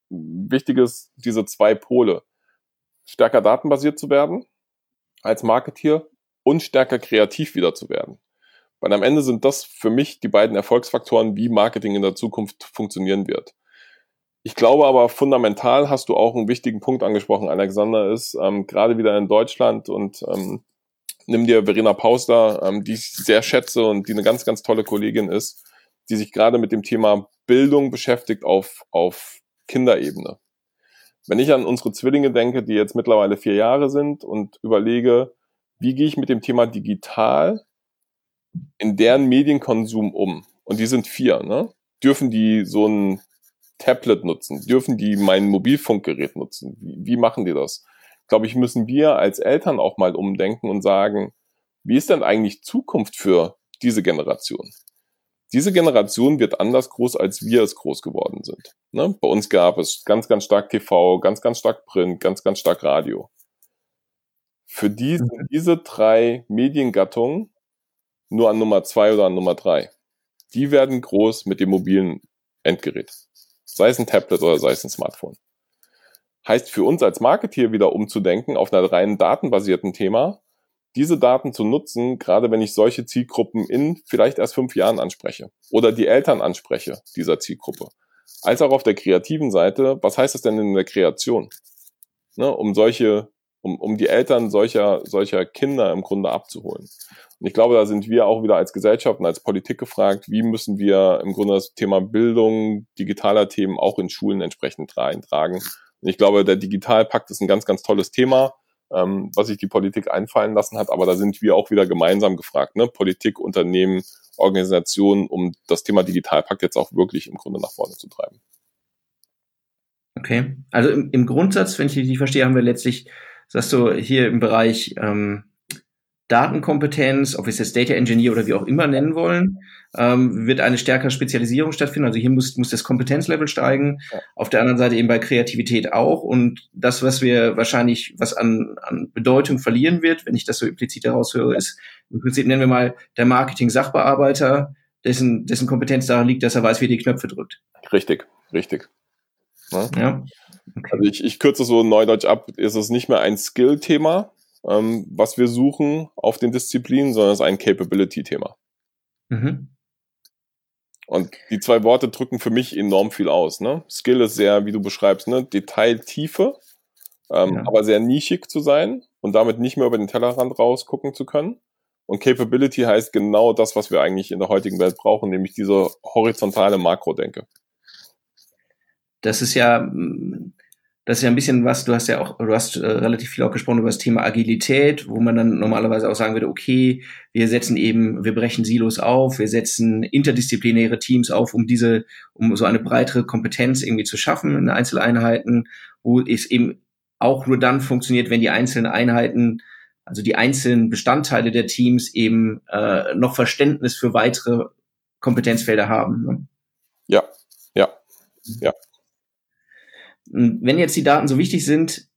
wichtig ist, diese zwei Pole, stärker datenbasiert zu werden als Marketeer und stärker kreativ wieder zu werden. Weil am Ende sind das für mich die beiden Erfolgsfaktoren, wie Marketing in der Zukunft funktionieren wird. Ich glaube aber, fundamental hast du auch einen wichtigen Punkt angesprochen, Alexander, ist gerade wieder in Deutschland und nimm dir Verena Pauster, die ich sehr schätze und die eine ganz, ganz tolle Kollegin ist, die sich gerade mit dem Thema Bildung beschäftigt auf Kinderebene. Wenn ich an unsere Zwillinge denke, die jetzt mittlerweile 4 Jahre sind und überlege, wie gehe ich mit dem Thema digital in deren Medienkonsum um? Und die sind 4, ne? Dürfen die so ein Tablet nutzen? Dürfen die mein Mobilfunkgerät nutzen? Wie machen die das? Glaube ich, müssen wir als Eltern auch mal umdenken und sagen, wie ist denn eigentlich Zukunft für diese Generation? Diese Generation wird anders groß, als wir es groß geworden sind. Ne? Bei uns gab es ganz, ganz stark TV, ganz, ganz stark Print, ganz, ganz stark Radio. Für die sind diese 3 Mediengattungen nur an Nummer 2 oder an Nummer 3. Die werden groß mit dem mobilen Endgerät. Sei es ein Tablet oder sei es ein Smartphone. Heißt für uns als Marketeer wieder umzudenken auf einer rein datenbasierten Thema, diese Daten zu nutzen, gerade wenn ich solche Zielgruppen in vielleicht erst 5 Jahren anspreche oder die Eltern anspreche dieser Zielgruppe. Als auch auf der kreativen Seite, was heißt es denn in der Kreation? Ne, um die Eltern solcher Kinder im Grunde abzuholen. Und ich glaube, da sind wir auch wieder als Gesellschaft und als Politik gefragt, wie müssen wir im Grunde das Thema Bildung, digitaler Themen auch in Schulen entsprechend reintragen. Und ich glaube, der Digitalpakt ist ein ganz, ganz tolles Thema, was sich die Politik einfallen lassen hat, aber da sind wir auch wieder gemeinsam gefragt, ne? Politik, Unternehmen, Organisationen, um das Thema Digitalpakt jetzt auch wirklich im Grunde nach vorne zu treiben. Okay, also im Grundsatz, wenn ich dich verstehe, haben wir letztlich, sagst du, hier im Bereich Datenkompetenz, ob wir es jetzt Data Engineer oder wie auch immer nennen wollen, wird eine stärkere Spezialisierung stattfinden. Also hier muss das Kompetenzlevel steigen. Ja. Auf der anderen Seite eben bei Kreativität auch. Und das, was wir wahrscheinlich, was an Bedeutung verlieren wird, wenn ich das so implizit heraushöre, ist im Prinzip, nennen wir mal, der Marketing-Sachbearbeiter, dessen Kompetenz darin liegt, dass er weiß, wie er die Knöpfe drückt. Richtig. Ne? Ja. Okay. Also ich kürze so neudeutsch ab, ist es nicht mehr ein Skill-Thema, was wir suchen auf den Disziplinen, sondern es ist ein Capability-Thema. Mhm. Und die 2 Worte drücken für mich enorm viel aus. Ne? Skill ist sehr, wie du beschreibst, ne? Detailtiefe, aber sehr nischig zu sein und damit nicht mehr über den Tellerrand rausgucken zu können. Und Capability heißt genau das, was wir eigentlich in der heutigen Welt brauchen, nämlich diese horizontale Makrodenke. Das ist ja ein bisschen was, du hast relativ viel auch gesprochen über das Thema Agilität, wo man dann normalerweise auch sagen würde, okay, wir brechen Silos auf, wir setzen interdisziplinäre Teams auf, um so eine breitere Kompetenz irgendwie zu schaffen in Einzeleinheiten, wo es eben auch nur dann funktioniert, wenn die einzelnen Einheiten, also die einzelnen Bestandteile der Teams eben noch Verständnis für weitere Kompetenzfelder haben. Ne? Ja. Wenn jetzt die Daten so wichtig sind,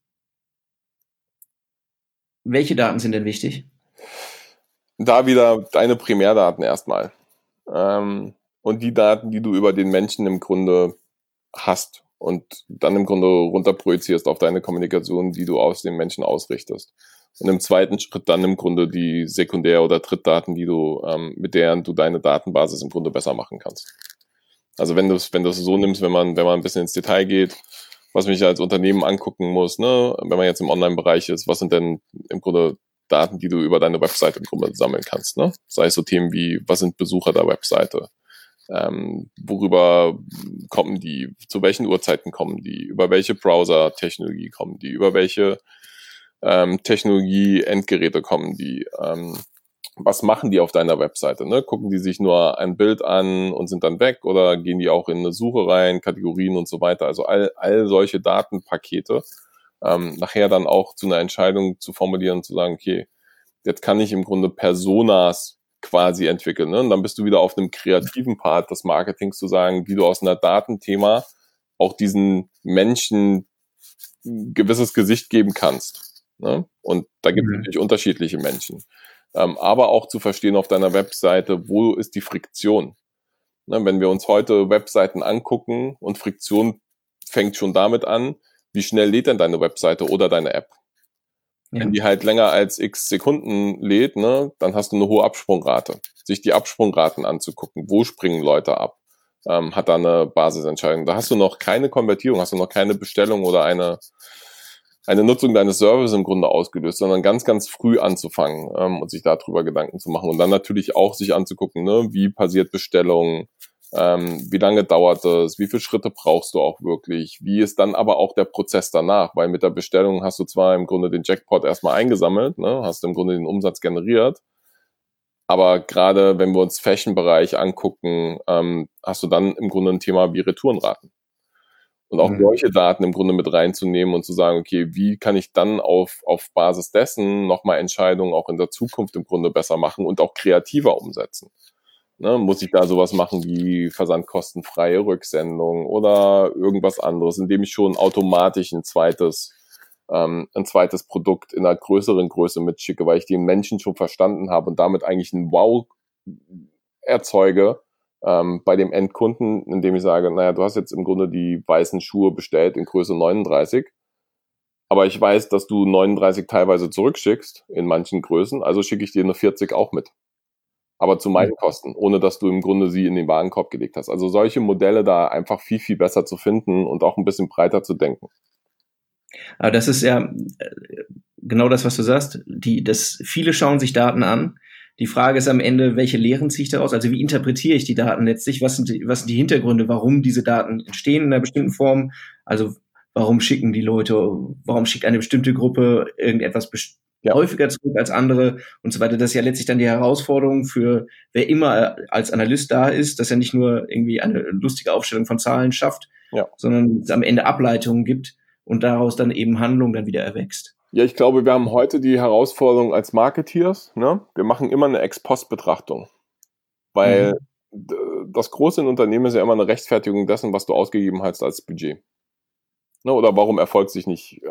welche Daten sind denn wichtig? Da wieder deine Primärdaten erstmal. Und die Daten, die du über den Menschen im Grunde hast und dann im Grunde runterprojizierst auf deine Kommunikation, die du aus den Menschen ausrichtest. Und im zweiten Schritt dann im Grunde die Sekundär- oder Drittdaten, die du, mit deren du deine Datenbasis im Grunde besser machen kannst. Also wenn du es so nimmst, wenn man ein bisschen ins Detail geht, was mich als Unternehmen angucken muss, ne, wenn man jetzt im Online-Bereich ist, was sind denn im Grunde Daten, die du über deine Webseite im Grunde sammeln kannst, ne? Sei es so Themen wie, was sind Besucher der Webseite? Worüber kommen die? Zu welchen Uhrzeiten kommen die? Über welche Browser-Technologie kommen die? Über welche Technologie-Endgeräte kommen die? Was machen die auf deiner Webseite? Ne? Gucken die sich nur ein Bild an und sind dann weg oder gehen die auch in eine Suche rein, Kategorien und so weiter? Also all solche Datenpakete nachher dann auch zu einer Entscheidung zu formulieren, zu sagen, okay, jetzt kann ich im Grunde Personas quasi entwickeln. Ne? Und dann bist du wieder auf einem kreativen Part des Marketings zu sagen, wie du aus einer Datenthema auch diesen Menschen ein gewisses Gesicht geben kannst. Ne? Und da gibt es natürlich unterschiedliche Menschen. Aber auch zu verstehen auf deiner Webseite, wo ist die Friktion? Ne? Wenn wir uns heute Webseiten angucken und Friktion fängt schon damit an, wie schnell lädt denn deine Webseite oder deine App? Ja. Wenn die halt länger als x Sekunden lädt, ne, dann hast du eine hohe Absprungrate. Sich die Absprungraten anzugucken, wo springen Leute ab, hat da eine Basisentscheidung. Da hast du noch keine Konvertierung, hast du noch keine Bestellung oder eine Nutzung deines Services im Grunde ausgelöst, sondern ganz, ganz früh anzufangen und sich darüber Gedanken zu machen. Und dann natürlich auch sich anzugucken, ne, wie passiert Bestellung, wie lange dauert es, wie viele Schritte brauchst du auch wirklich, wie ist dann aber auch der Prozess danach, weil mit der Bestellung hast du zwar im Grunde den Jackpot erstmal eingesammelt, ne, hast im Grunde den Umsatz generiert, aber gerade wenn wir uns Fashion-Bereich angucken, hast du dann im Grunde ein Thema wie Retourenraten. Und auch solche Daten im Grunde mit reinzunehmen und zu sagen, okay, wie kann ich dann auf Basis dessen nochmal Entscheidungen auch in der Zukunft im Grunde besser machen und auch kreativer umsetzen. Ne, muss ich da sowas machen wie versandkostenfreie Rücksendung oder irgendwas anderes, indem ich schon automatisch ein zweites Produkt in einer größeren Größe mitschicke, weil ich den Menschen schon verstanden habe und damit eigentlich ein Wow erzeuge bei dem Endkunden, indem ich sage, naja, du hast jetzt im Grunde die weißen Schuhe bestellt in Größe 39, aber ich weiß, dass du 39 teilweise zurückschickst in manchen Größen, also schicke ich dir eine 40 auch mit. Aber zu meinen Kosten, ohne dass du im Grunde sie in den Warenkorb gelegt hast. Also solche Modelle da einfach viel, viel besser zu finden und auch ein bisschen breiter zu denken. Aber das ist ja genau das, was du sagst. Viele schauen sich Daten an. Die Frage ist am Ende, welche Lehren ziehe ich daraus? Also wie interpretiere ich die Daten letztlich? Was sind die Hintergründe, warum diese Daten entstehen in einer bestimmten Form? Also warum schickt eine bestimmte Gruppe irgendetwas häufiger zurück als andere und so weiter? Das ist ja letztlich dann die Herausforderung für wer immer als Analyst da ist, dass er nicht nur irgendwie eine lustige Aufstellung von Zahlen schafft, sondern es am Ende Ableitungen gibt und daraus dann eben Handlung dann wieder erwächst. Ja, ich glaube, wir haben heute die Herausforderung als Marketeers, ne? Wir machen immer eine Ex-Post-Betrachtung, weil das Große in Unternehmen ist ja immer eine Rechtfertigung dessen, was du ausgegeben hast als Budget. Ne? Oder warum Erfolg sich nicht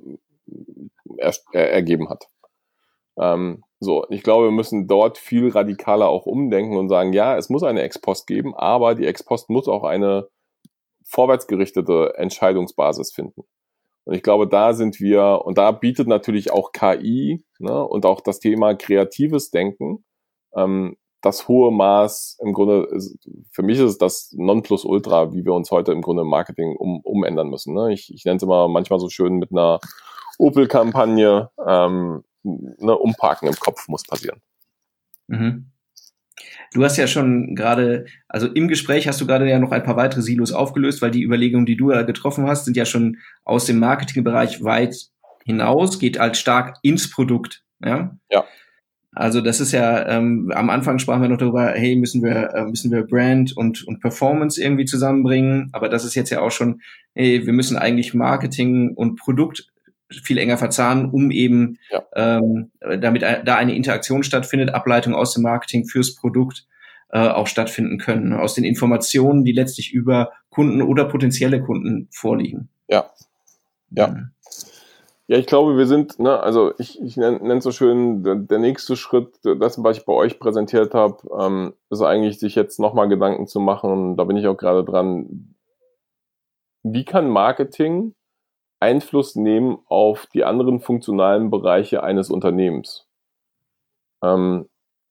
ergeben hat. Ich glaube, wir müssen dort viel radikaler auch umdenken und sagen, ja, es muss eine Ex-Post geben, aber die Ex-Post muss auch eine vorwärtsgerichtete Entscheidungsbasis finden. Und ich glaube, da sind wir, und da bietet natürlich auch KI, ne, und auch das Thema kreatives Denken, das hohe Maß im Grunde, für mich ist es das Nonplusultra, wie wir uns heute im Grunde im Marketing umändern müssen. Ne? Ich nenne es immer manchmal so schön mit einer Opel-Kampagne, Umparken im Kopf muss passieren. Mhm. Du hast ja schon gerade, also im Gespräch hast du gerade ja noch ein paar weitere Silos aufgelöst, weil die Überlegungen, die du ja getroffen hast, sind ja schon aus dem Marketingbereich weit hinaus, geht halt stark ins Produkt. Ja. Also das ist ja, am Anfang sprachen wir noch darüber, hey, müssen wir Brand und Performance irgendwie zusammenbringen, aber das ist jetzt ja auch schon, hey, wir müssen eigentlich Marketing und Produkt viel enger verzahnen, um eben, damit da eine Interaktion stattfindet, Ableitung aus dem Marketing fürs Produkt auch stattfinden können, aus den Informationen, die letztlich über Kunden oder potenzielle Kunden vorliegen. Ja. Ja, ich glaube, wir sind, also ich nenne es so schön, der nächste Schritt, das, was ich bei euch präsentiert habe, ist eigentlich, sich jetzt nochmal Gedanken zu machen, da bin ich auch gerade dran, wie kann Marketing Einfluss nehmen auf die anderen funktionalen Bereiche eines Unternehmens? Und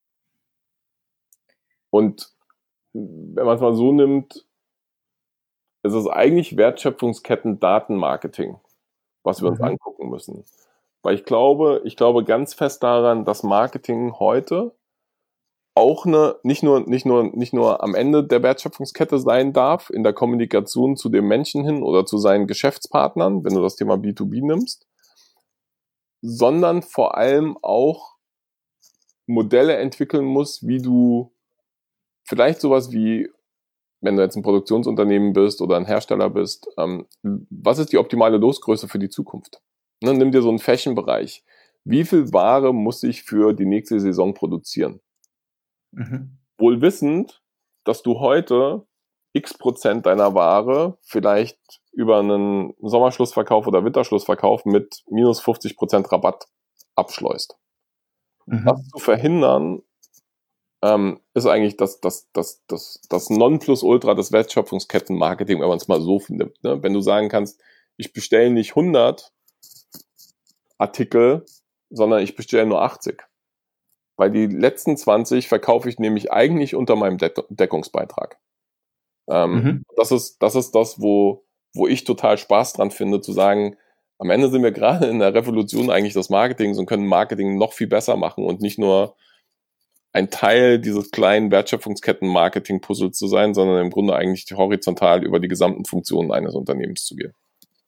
wenn man es mal so nimmt, ist es eigentlich Wertschöpfungsketten-Datenmarketing, was wir uns angucken müssen. Weil ich glaube ganz fest daran, dass Marketing heute auch nicht nur am Ende der Wertschöpfungskette sein darf, in der Kommunikation zu dem Menschen hin oder zu seinen Geschäftspartnern, wenn du das Thema B2B nimmst, sondern vor allem auch Modelle entwickeln muss, wie du vielleicht sowas wie, wenn du jetzt ein Produktionsunternehmen bist oder ein Hersteller bist, was ist die optimale Losgröße für die Zukunft? Ne, nimm dir so einen Fashion-Bereich. Wie viel Ware muss ich für die nächste Saison produzieren? Wohl wissend, dass du heute x% deiner Ware vielleicht über einen Sommerschlussverkauf oder Winterschlussverkauf mit minus 50% Rabatt abschleust. Das zu verhindern, ist eigentlich das Nonplusultra des Wertschöpfungskettenmarketing, wenn man es mal so nimmt. Ne? Wenn du sagen kannst, ich bestelle nicht 100 Artikel, sondern ich bestelle nur 80. Weil die letzten 20 verkaufe ich nämlich eigentlich unter meinem Deckungsbeitrag. Das ist das, wo ich total Spaß dran finde, zu sagen, am Ende sind wir gerade in der Revolution eigentlich des Marketings und können Marketing noch viel besser machen und nicht nur ein Teil dieses kleinen Wertschöpfungsketten-Marketing-Puzzles zu sein, sondern im Grunde eigentlich horizontal über die gesamten Funktionen eines Unternehmens zu gehen.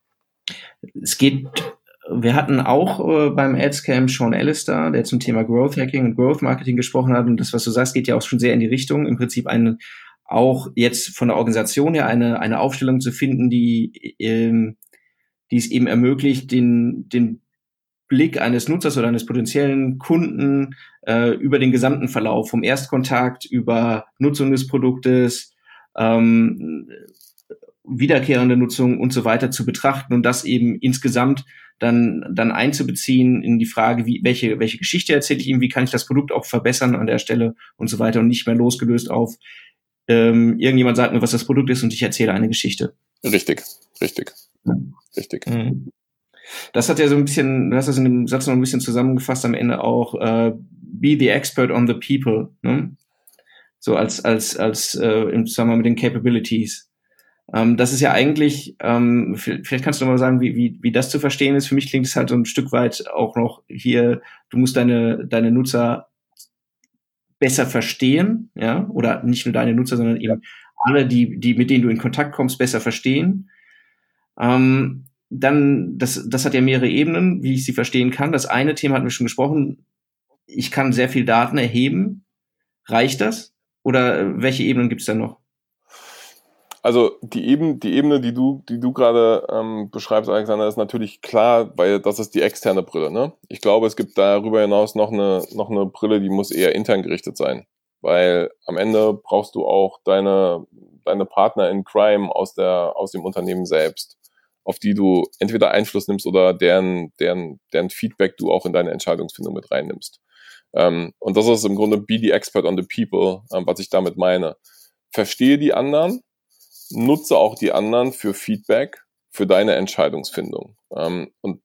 Wir hatten auch beim Adscamp Sean Ellis da, der zum Thema Growth Hacking und Growth Marketing gesprochen hat, und das, was du sagst, geht ja auch schon sehr in die Richtung, im Prinzip auch jetzt von der Organisation her eine Aufstellung zu finden, die es eben ermöglicht, den Blick eines Nutzers oder eines potenziellen Kunden über den gesamten Verlauf, vom Erstkontakt über Nutzung des Produktes, wiederkehrende Nutzung und so weiter zu betrachten und das eben insgesamt dann einzubeziehen in die Frage, welche Geschichte erzähle ich ihm, wie kann ich das Produkt auch verbessern an der Stelle und so weiter und nicht mehr losgelöst auf irgendjemand sagt mir, was das Produkt ist und ich erzähle eine Geschichte. Richtig. Mhm. Das hat ja so ein bisschen, du hast das in dem Satz noch ein bisschen zusammengefasst am Ende auch, be the expert on the people, ne? So als im Zusammenhang mit den Capabilities. Das ist ja eigentlich, vielleicht kannst du noch mal sagen, wie das zu verstehen ist. Für mich klingt es halt so ein Stück weit auch noch hier, du musst deine Nutzer besser verstehen, ja, oder nicht nur deine Nutzer, sondern eben alle, die mit denen du in Kontakt kommst, besser verstehen. Dann, das hat ja mehrere Ebenen, wie ich sie verstehen kann. Das eine Thema hatten wir schon gesprochen. Ich kann sehr viel Daten erheben. Reicht das? Oder welche Ebenen gibt es da noch? Also die Ebene, die du gerade beschreibst, Alexander, ist natürlich klar, weil das ist die externe Brille. Ne? Ich glaube, es gibt darüber hinaus noch eine Brille, die muss eher intern gerichtet sein. Weil am Ende brauchst du auch deine Partner in Crime aus dem Unternehmen selbst, auf die du entweder Einfluss nimmst oder deren Feedback du auch in deine Entscheidungsfindung mit reinnimmst. Und das ist im Grunde be the expert on the people, was ich damit meine. Verstehe die anderen, nutze auch die anderen für Feedback, für deine Entscheidungsfindung. Und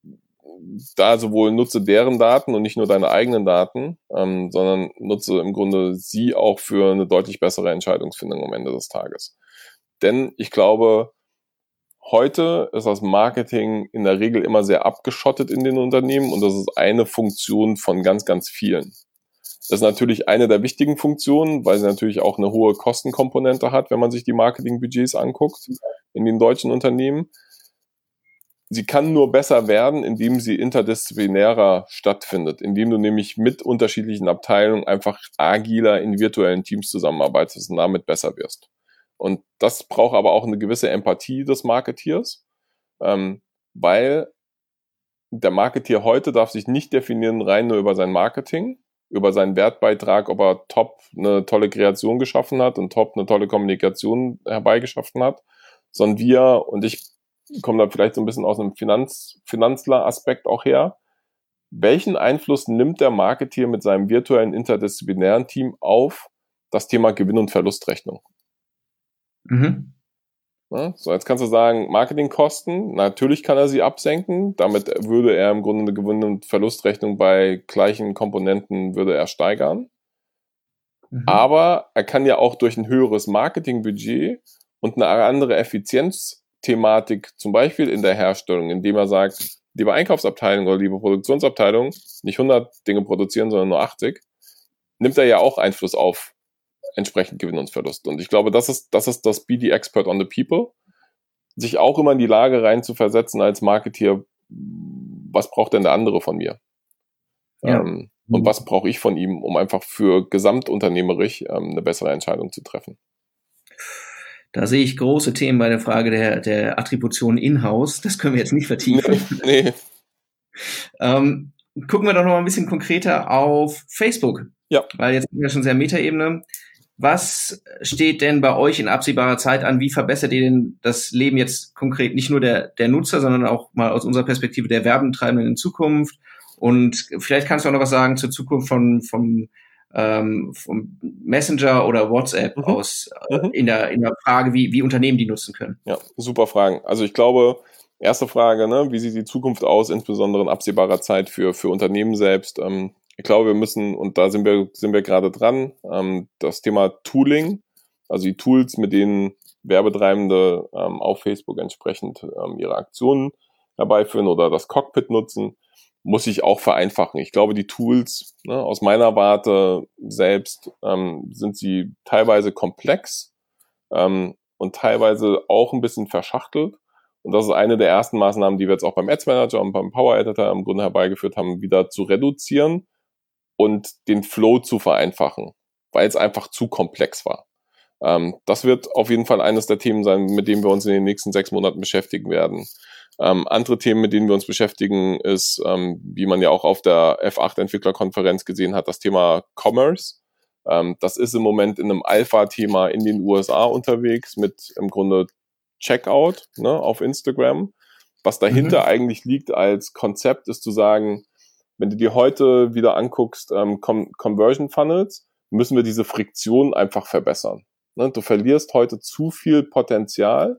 da sowohl nutze deren Daten und nicht nur deine eigenen Daten, sondern nutze im Grunde sie auch für eine deutlich bessere Entscheidungsfindung am Ende des Tages. Denn ich glaube, heute ist das Marketing in der Regel immer sehr abgeschottet in den Unternehmen und das ist eine Funktion von ganz, ganz vielen. Das ist natürlich eine der wichtigen Funktionen, weil sie natürlich auch eine hohe Kostenkomponente hat, wenn man sich die Marketingbudgets anguckt in den deutschen Unternehmen. Sie kann nur besser werden, indem sie interdisziplinärer stattfindet, indem du nämlich mit unterschiedlichen Abteilungen einfach agiler in virtuellen Teams zusammenarbeitest und damit besser wirst. Und das braucht aber auch eine gewisse Empathie des Marketeers, weil der Marketeer heute darf sich nicht definieren rein nur über sein Marketing, über seinen Wertbeitrag, ob er top eine tolle Kreation geschaffen hat und top eine tolle Kommunikation herbeigeschaffen hat, sondern wir, und ich komme da vielleicht so ein bisschen aus einem Finanzler-Aspekt auch her, welchen Einfluss nimmt der Marketeer mit seinem virtuellen interdisziplinären Team auf das Thema Gewinn- und Verlustrechnung? Mhm. Ja, so, jetzt kannst du sagen, Marketingkosten, natürlich kann er sie absenken, damit würde er im Grunde eine Gewinn- und Verlustrechnung bei gleichen Komponenten würde er steigern. Aber er kann ja auch durch ein höheres Marketingbudget und eine andere Effizienzthematik, zum Beispiel in der Herstellung, indem er sagt, liebe Einkaufsabteilung oder liebe Produktionsabteilung, nicht 100 Dinge produzieren, sondern nur 80, nimmt er ja auch Einfluss auf entsprechend Gewinn und Verlust. Und ich glaube, das ist das Be the Expert on the People, sich auch immer in die Lage rein zu versetzen als Marketeer, was braucht denn der andere von mir? Ja. Und was brauche ich von ihm, um einfach für gesamtunternehmerisch eine bessere Entscheidung zu treffen? Da sehe ich große Themen bei der Frage der Attribution in-house. Das können wir jetzt nicht vertiefen. Nee. Gucken wir doch noch mal ein bisschen konkreter auf Facebook. Ja. Weil jetzt sind wir schon sehr Metaebene. Was steht denn bei euch in absehbarer Zeit an? Wie verbessert ihr denn das Leben jetzt konkret nicht nur der Nutzer, sondern auch mal aus unserer Perspektive der Werbetreibenden in Zukunft? Und vielleicht kannst du auch noch was sagen zur Zukunft vom vom Messenger oder WhatsApp aus in der Frage, wie Unternehmen die nutzen können? Ja, super Fragen. Also ich glaube, erste Frage, ne, wie sieht die Zukunft aus, insbesondere in absehbarer Zeit für Unternehmen selbst? Ich glaube, wir müssen, und da sind wir gerade dran, das Thema Tooling, also die Tools, mit denen Werbetreibende auf Facebook entsprechend ihre Aktionen herbeiführen oder das Cockpit nutzen, muss ich auch vereinfachen. Ich glaube, die Tools, ne, aus meiner Warte selbst, sind sie teilweise komplex und teilweise auch ein bisschen verschachtelt. Und das ist eine der ersten Maßnahmen, die wir jetzt auch beim Ads Manager und beim Power Editor im Grunde herbeigeführt haben, wieder zu reduzieren und den Flow zu vereinfachen, weil es einfach zu komplex war. Das wird auf jeden Fall eines der Themen sein, mit denen wir uns in den nächsten 6 Monaten beschäftigen werden. Andere Themen, mit denen wir uns beschäftigen, ist, wie man ja auch auf der F8-Entwicklerkonferenz gesehen hat, das Thema Commerce. Das ist im Moment in einem Alpha-Thema in den USA unterwegs mit im Grunde Checkout, ne, auf Instagram. Was dahinter eigentlich liegt als Konzept, ist zu sagen, wenn du dir heute wieder anguckst, Conversion Funnels, müssen wir diese Friktion einfach verbessern. Ne? Du verlierst heute zu viel Potenzial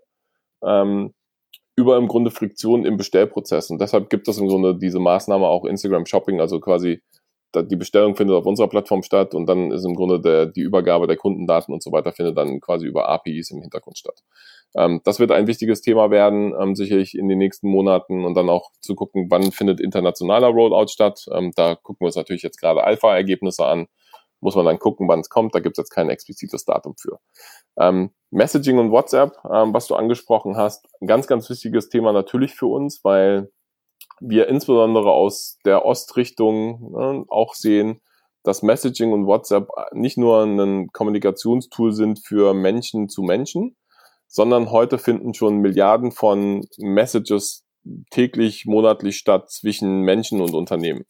über im Grunde Friktion im Bestellprozess. Und deshalb gibt es im Grunde diese Maßnahme auch Instagram Shopping, also quasi die Bestellung findet auf unserer Plattform statt und dann ist im Grunde die Übergabe der Kundendaten und so weiter findet dann quasi über APIs im Hintergrund statt. Das wird ein wichtiges Thema werden, sicherlich in den nächsten Monaten und dann auch zu gucken, wann findet internationaler Rollout statt. Da gucken wir uns natürlich jetzt gerade Alpha-Ergebnisse an. Muss man dann gucken, wann es kommt. Da gibt es jetzt kein explizites Datum für. Messaging und WhatsApp, was du angesprochen hast, ein ganz, ganz wichtiges Thema natürlich für uns, weil wir insbesondere aus der Ostrichtung auch sehen, dass Messaging und WhatsApp nicht nur ein Kommunikationstool sind für Menschen zu Menschen, sondern heute finden schon Milliarden von Messages täglich, monatlich statt zwischen Menschen und Unternehmen.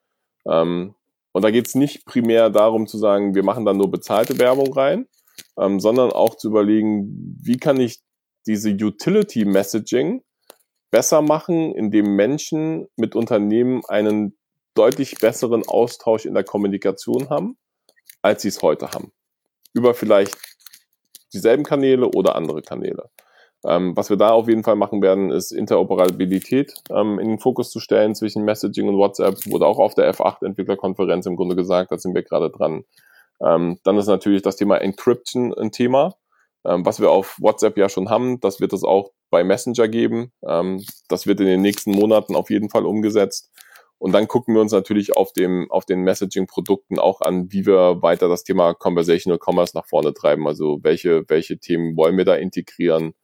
Und da geht es nicht primär darum zu sagen, wir machen da nur bezahlte Werbung rein, sondern auch zu überlegen, wie kann ich diese Utility-Messaging besser machen, indem Menschen mit Unternehmen einen deutlich besseren Austausch in der Kommunikation haben, als sie es heute haben. Über vielleicht dieselben Kanäle oder andere Kanäle. Was wir da auf jeden Fall machen werden, ist Interoperabilität in den Fokus zu stellen zwischen Messaging und WhatsApp. Wurde auch auf der F8-Entwicklerkonferenz im Grunde gesagt, da sind wir gerade dran. Dann ist natürlich das Thema Encryption ein Thema, was wir auf WhatsApp ja schon haben. Das wird es auch bei Messenger geben. Das wird in den nächsten Monaten auf jeden Fall umgesetzt. Und dann gucken wir uns natürlich auf den Messaging-Produkten auch an, wie wir weiter das Thema Conversational Commerce nach vorne treiben. Also welche Themen wollen wir da integrieren?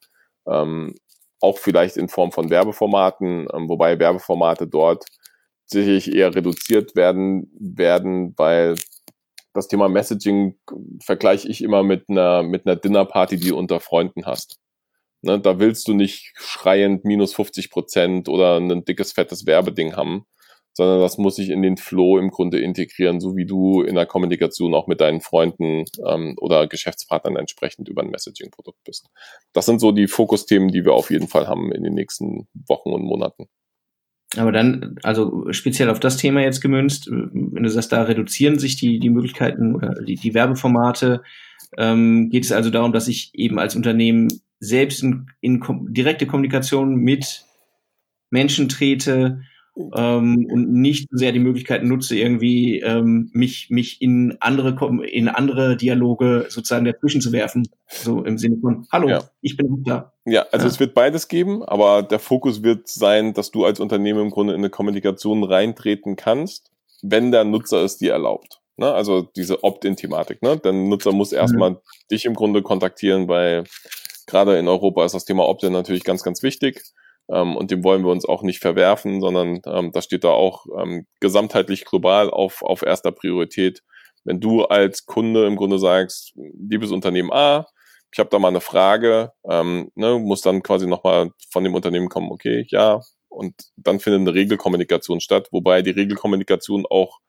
Auch vielleicht in Form von Werbeformaten, wobei Werbeformate dort sicherlich eher reduziert werden, weil das Thema Messaging vergleiche ich immer mit einer Dinnerparty, die du unter Freunden hast. Ne, da willst du nicht schreiend minus 50% oder ein dickes, fettes Werbeding haben, sondern das muss sich in den Flow im Grunde integrieren, so wie du in der Kommunikation auch mit deinen Freunden oder Geschäftspartnern entsprechend über ein Messaging-Produkt bist. Das sind so die Fokusthemen, die wir auf jeden Fall haben in den nächsten Wochen und Monaten. Aber dann, also speziell auf das Thema jetzt gemünzt, wenn du sagst, da reduzieren sich die Möglichkeiten oder die Werbeformate, geht es also darum, dass ich eben als Unternehmen selbst in direkte Kommunikation mit Menschen trete und nicht so sehr die Möglichkeit nutze, irgendwie mich in andere Dialoge sozusagen dazwischen zu werfen. So im Sinne von, hallo, ja. Ich bin da. Ja, also es wird beides geben, aber der Fokus wird sein, dass du als Unternehmen im Grunde in eine Kommunikation reintreten kannst, wenn der Nutzer es dir erlaubt. Ne? Also diese Opt-in-Thematik. Ne? Der Nutzer muss erstmal dich im Grunde kontaktieren, weil gerade in Europa ist das Thema Opt-in natürlich ganz, ganz wichtig. Und dem wollen wir uns auch nicht verwerfen, sondern das steht da auch gesamtheitlich global auf erster Priorität. Wenn du als Kunde im Grunde sagst, liebes Unternehmen A, ich habe da mal eine Frage, muss dann quasi nochmal von dem Unternehmen kommen, okay, ja, und dann findet eine Regelkommunikation statt, wobei die Regelkommunikation auch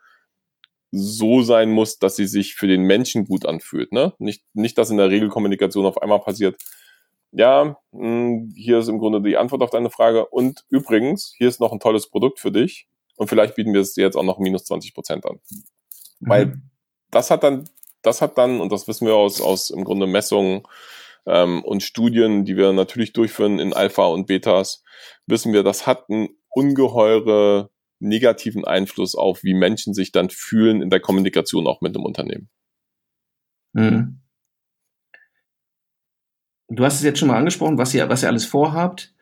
so sein muss, dass sie sich für den Menschen gut anfühlt. Ne? Nicht, dass in der Regelkommunikation auf einmal passiert, ja, hier ist im Grunde die Antwort auf deine Frage und übrigens, hier ist noch ein tolles Produkt für dich und vielleicht bieten wir es dir jetzt auch noch minus 20% an. Weil das hat dann, und das wissen wir aus im Grunde Messungen und Studien, die wir natürlich durchführen in Alpha und Betas, wissen wir, das hat einen ungeheure negativen Einfluss auf, wie Menschen sich dann fühlen in der Kommunikation auch mit einem Unternehmen. Mhm. Du hast es jetzt schon mal angesprochen, was ihr alles vorhabt.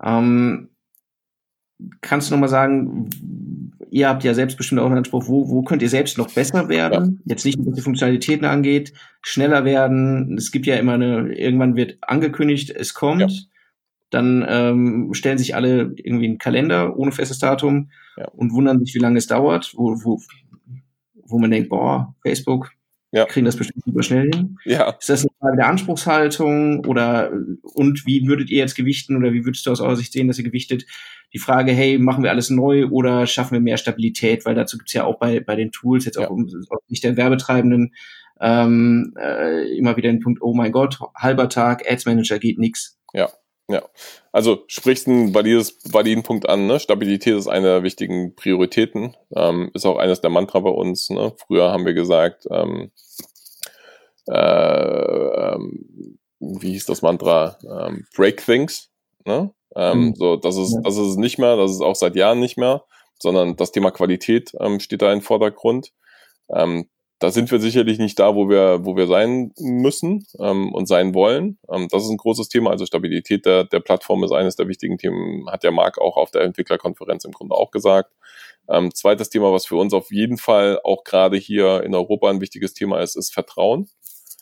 Kannst du noch mal sagen, ihr habt ja selbst bestimmt auch einen Anspruch, wo könnt ihr selbst noch besser werden? Ja. Jetzt nicht, was die Funktionalitäten angeht, schneller werden. Es gibt ja immer irgendwann wird angekündigt, es kommt. Ja. Dann stellen sich alle irgendwie einen Kalender ohne festes Datum und wundern sich, wie lange es dauert, wo man denkt, boah, Facebook, kriegen das bestimmt super schnell hin. Ja. Ist das eine Frage der Anspruchshaltung und wie würdet ihr jetzt gewichten oder wie würdest du aus eurer Sicht sehen, dass ihr gewichtet die Frage, hey, machen wir alles neu oder schaffen wir mehr Stabilität? Weil dazu gibt's ja auch bei den Tools, jetzt auch aus Sicht der Werbetreibenden, immer wieder den Punkt, oh mein Gott, halber Tag, Ads Manager geht nix. Ja, also sprichst einen validen Punkt an. Ne? Stabilität ist eine der wichtigen Prioritäten, ist auch eines der Mantra bei uns. Ne? Früher haben wir gesagt, wie hieß das Mantra? Break things. Ne? So, das ist nicht mehr, das ist auch seit Jahren nicht mehr, sondern das Thema Qualität steht da im Vordergrund. Da sind wir sicherlich nicht da, wo wir sein müssen und sein wollen. Das ist ein großes Thema. Also Stabilität der Plattform ist eines der wichtigen Themen, hat ja Marc auch auf der Entwicklerkonferenz im Grunde auch gesagt. Zweites Thema, was für uns auf jeden Fall auch gerade hier in Europa ein wichtiges Thema ist Vertrauen.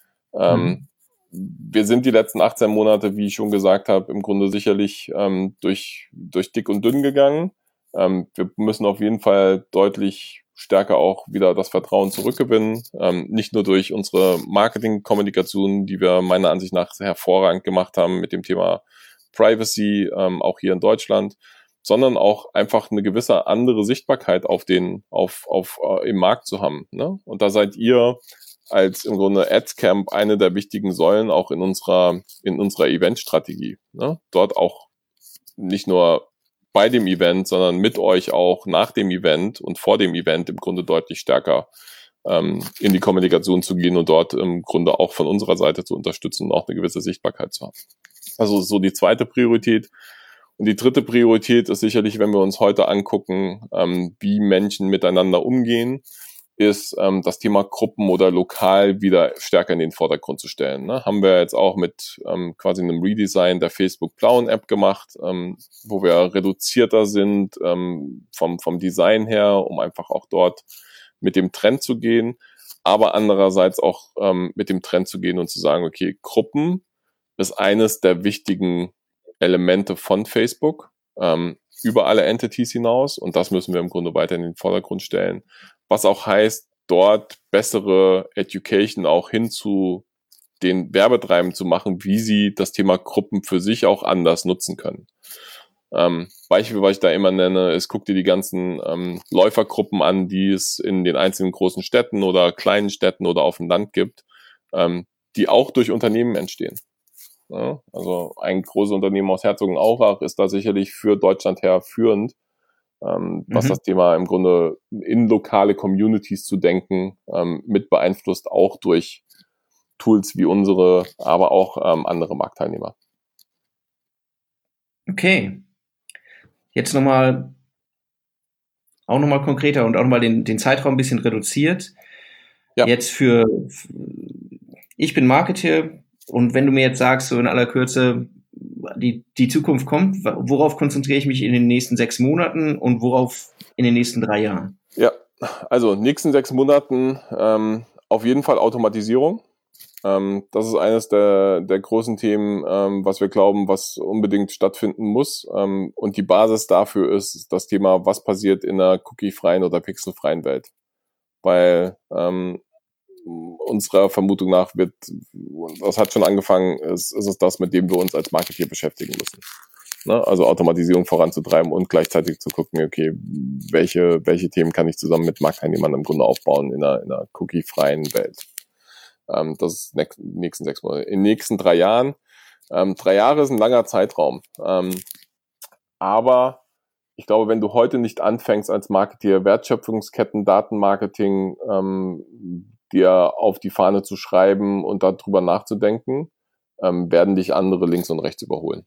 Wir sind die letzten 18 Monate, wie ich schon gesagt habe, im Grunde sicherlich durch dick und dünn gegangen. Wir müssen auf jeden Fall deutlich stärker auch wieder das Vertrauen zurückgewinnen. Nicht nur durch unsere Marketing-Kommunikation, die wir meiner Ansicht nach hervorragend gemacht haben mit dem Thema Privacy, auch hier in Deutschland, sondern auch einfach eine gewisse andere Sichtbarkeit im Markt zu haben. Ne? Und da seid ihr als im Grunde AdsCamp eine der wichtigen Säulen auch in unserer Event-Strategie. Ne? Dort auch nicht nur bei dem Event, sondern mit euch auch nach dem Event und vor dem Event im Grunde deutlich stärker in die Kommunikation zu gehen und dort im Grunde auch von unserer Seite zu unterstützen und auch eine gewisse Sichtbarkeit zu haben. Also so die zweite Priorität. Und die dritte Priorität ist sicherlich, wenn wir uns heute angucken, wie Menschen miteinander umgehen, ist das Thema Gruppen oder lokal wieder stärker in den Vordergrund zu stellen. Ne? Haben wir jetzt auch mit quasi einem Redesign der Facebook-blauen-App gemacht, wo wir reduzierter sind vom Design her, um einfach auch dort mit dem Trend zu gehen, aber andererseits auch mit dem Trend zu gehen und zu sagen, okay, Gruppen ist eines der wichtigen Elemente von Facebook über alle Entities hinaus und das müssen wir im Grunde weiter in den Vordergrund stellen. Was auch heißt, dort bessere Education auch hin zu den Werbetreibenden zu machen, wie sie das Thema Gruppen für sich auch anders nutzen können. Beispiel, was ich da immer nenne, ist, guck dir die ganzen Läufergruppen an, die es in den einzelnen großen Städten oder kleinen Städten oder auf dem Land gibt, die auch durch Unternehmen entstehen. Ja, also ein großes Unternehmen aus Herzogenaurach ist da sicherlich für Deutschland her führend, was das Thema im Grunde in lokale Communities zu denken, mit beeinflusst, auch durch Tools wie unsere, aber auch andere Marktteilnehmer. Okay. Jetzt nochmal konkreter und auch nochmal den Zeitraum ein bisschen reduziert. Ja. Jetzt ich bin Marketer und wenn du mir jetzt sagst, so in aller Kürze, die Zukunft kommt, worauf konzentriere ich mich in den nächsten 6 Monaten und worauf in den nächsten 3 Jahren? Ja, also in den nächsten 6 Monaten auf jeden Fall Automatisierung. Das ist eines der großen Themen, was wir glauben, was unbedingt stattfinden muss. Und die Basis dafür ist das Thema, was passiert in einer cookie-freien oder pixelfreien Welt. Weil unserer Vermutung nach das hat schon angefangen, ist es das, mit dem wir uns als Marketeer beschäftigen müssen. Ne? Also Automatisierung voranzutreiben und gleichzeitig zu gucken, okay, welche Themen kann ich zusammen mit Marktteilnehmern im Grunde aufbauen in einer cookie-freien Welt. Das ist nächsten 6 Monate. In den nächsten 3 Jahren. 3 Jahre ist ein langer Zeitraum. Aber ich glaube, wenn du heute nicht anfängst als Marketeer Wertschöpfungsketten, Datenmarketing dir auf die Fahne zu schreiben und darüber nachzudenken, werden dich andere links und rechts überholen.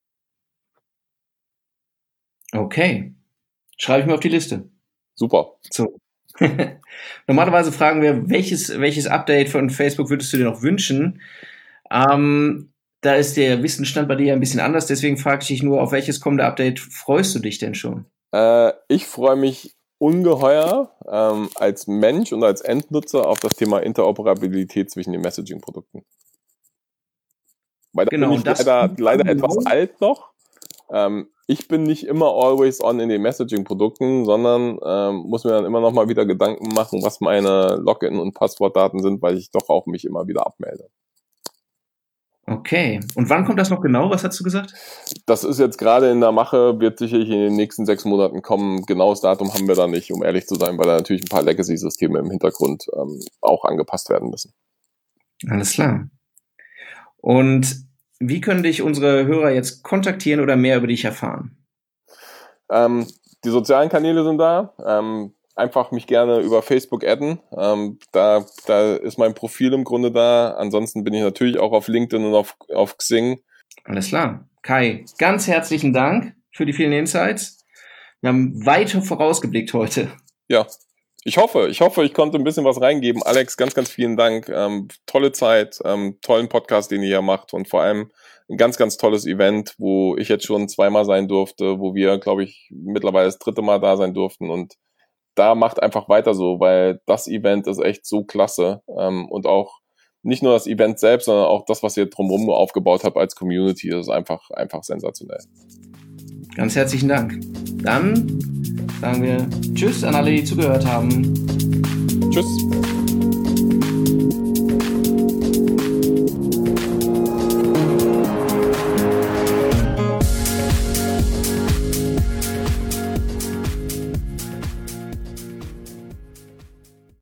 Okay. Schreibe ich mir auf die Liste. Super. So. Normalerweise fragen wir, welches Update von Facebook würdest du dir noch wünschen? Da ist der Wissensstand bei dir ein bisschen anders, deswegen frage ich dich nur, auf welches kommende Update freust du dich denn schon? Ich freue mich ungeheuer als Mensch und als Endnutzer auf das Thema Interoperabilität zwischen den Messaging-Produkten. Weil da bin ich leider etwas alt noch. Ich bin nicht immer always on in den Messaging-Produkten, sondern muss mir dann immer noch mal wieder Gedanken machen, was meine Login- und Passwortdaten sind, weil ich doch auch mich immer wieder abmelde. Okay. Und wann kommt das noch genau? Was hast du gesagt? Das ist jetzt gerade in der Mache, wird sicherlich in den nächsten 6 Monaten kommen. Genaues Datum haben wir da nicht, um ehrlich zu sein, weil da natürlich ein paar Legacy-Systeme im Hintergrund auch angepasst werden müssen. Alles klar. Und wie können dich unsere Hörer jetzt kontaktieren oder mehr über dich erfahren? Die sozialen Kanäle sind da. Einfach mich gerne über Facebook adden. Da ist mein Profil im Grunde da. Ansonsten bin ich natürlich auch auf LinkedIn und auf Xing. Alles klar. Kai, ganz herzlichen Dank für die vielen Insights. Wir haben weit vorausgeblickt heute. Ja, ich hoffe, ich konnte ein bisschen was reingeben. Alex, ganz, ganz vielen Dank. Tolle Zeit, tollen Podcast, den ihr hier macht und vor allem ein ganz, ganz tolles Event, wo ich jetzt schon 2-mal sein durfte, wo wir, glaube ich, mittlerweile das 3. Mal da sein durften und da macht einfach weiter so, weil das Event ist echt so klasse und auch nicht nur das Event selbst, sondern auch das, was ihr drumherum aufgebaut habt als Community, das ist einfach sensationell. Ganz herzlichen Dank. Dann sagen wir Tschüss an alle, die zugehört haben. Tschüss.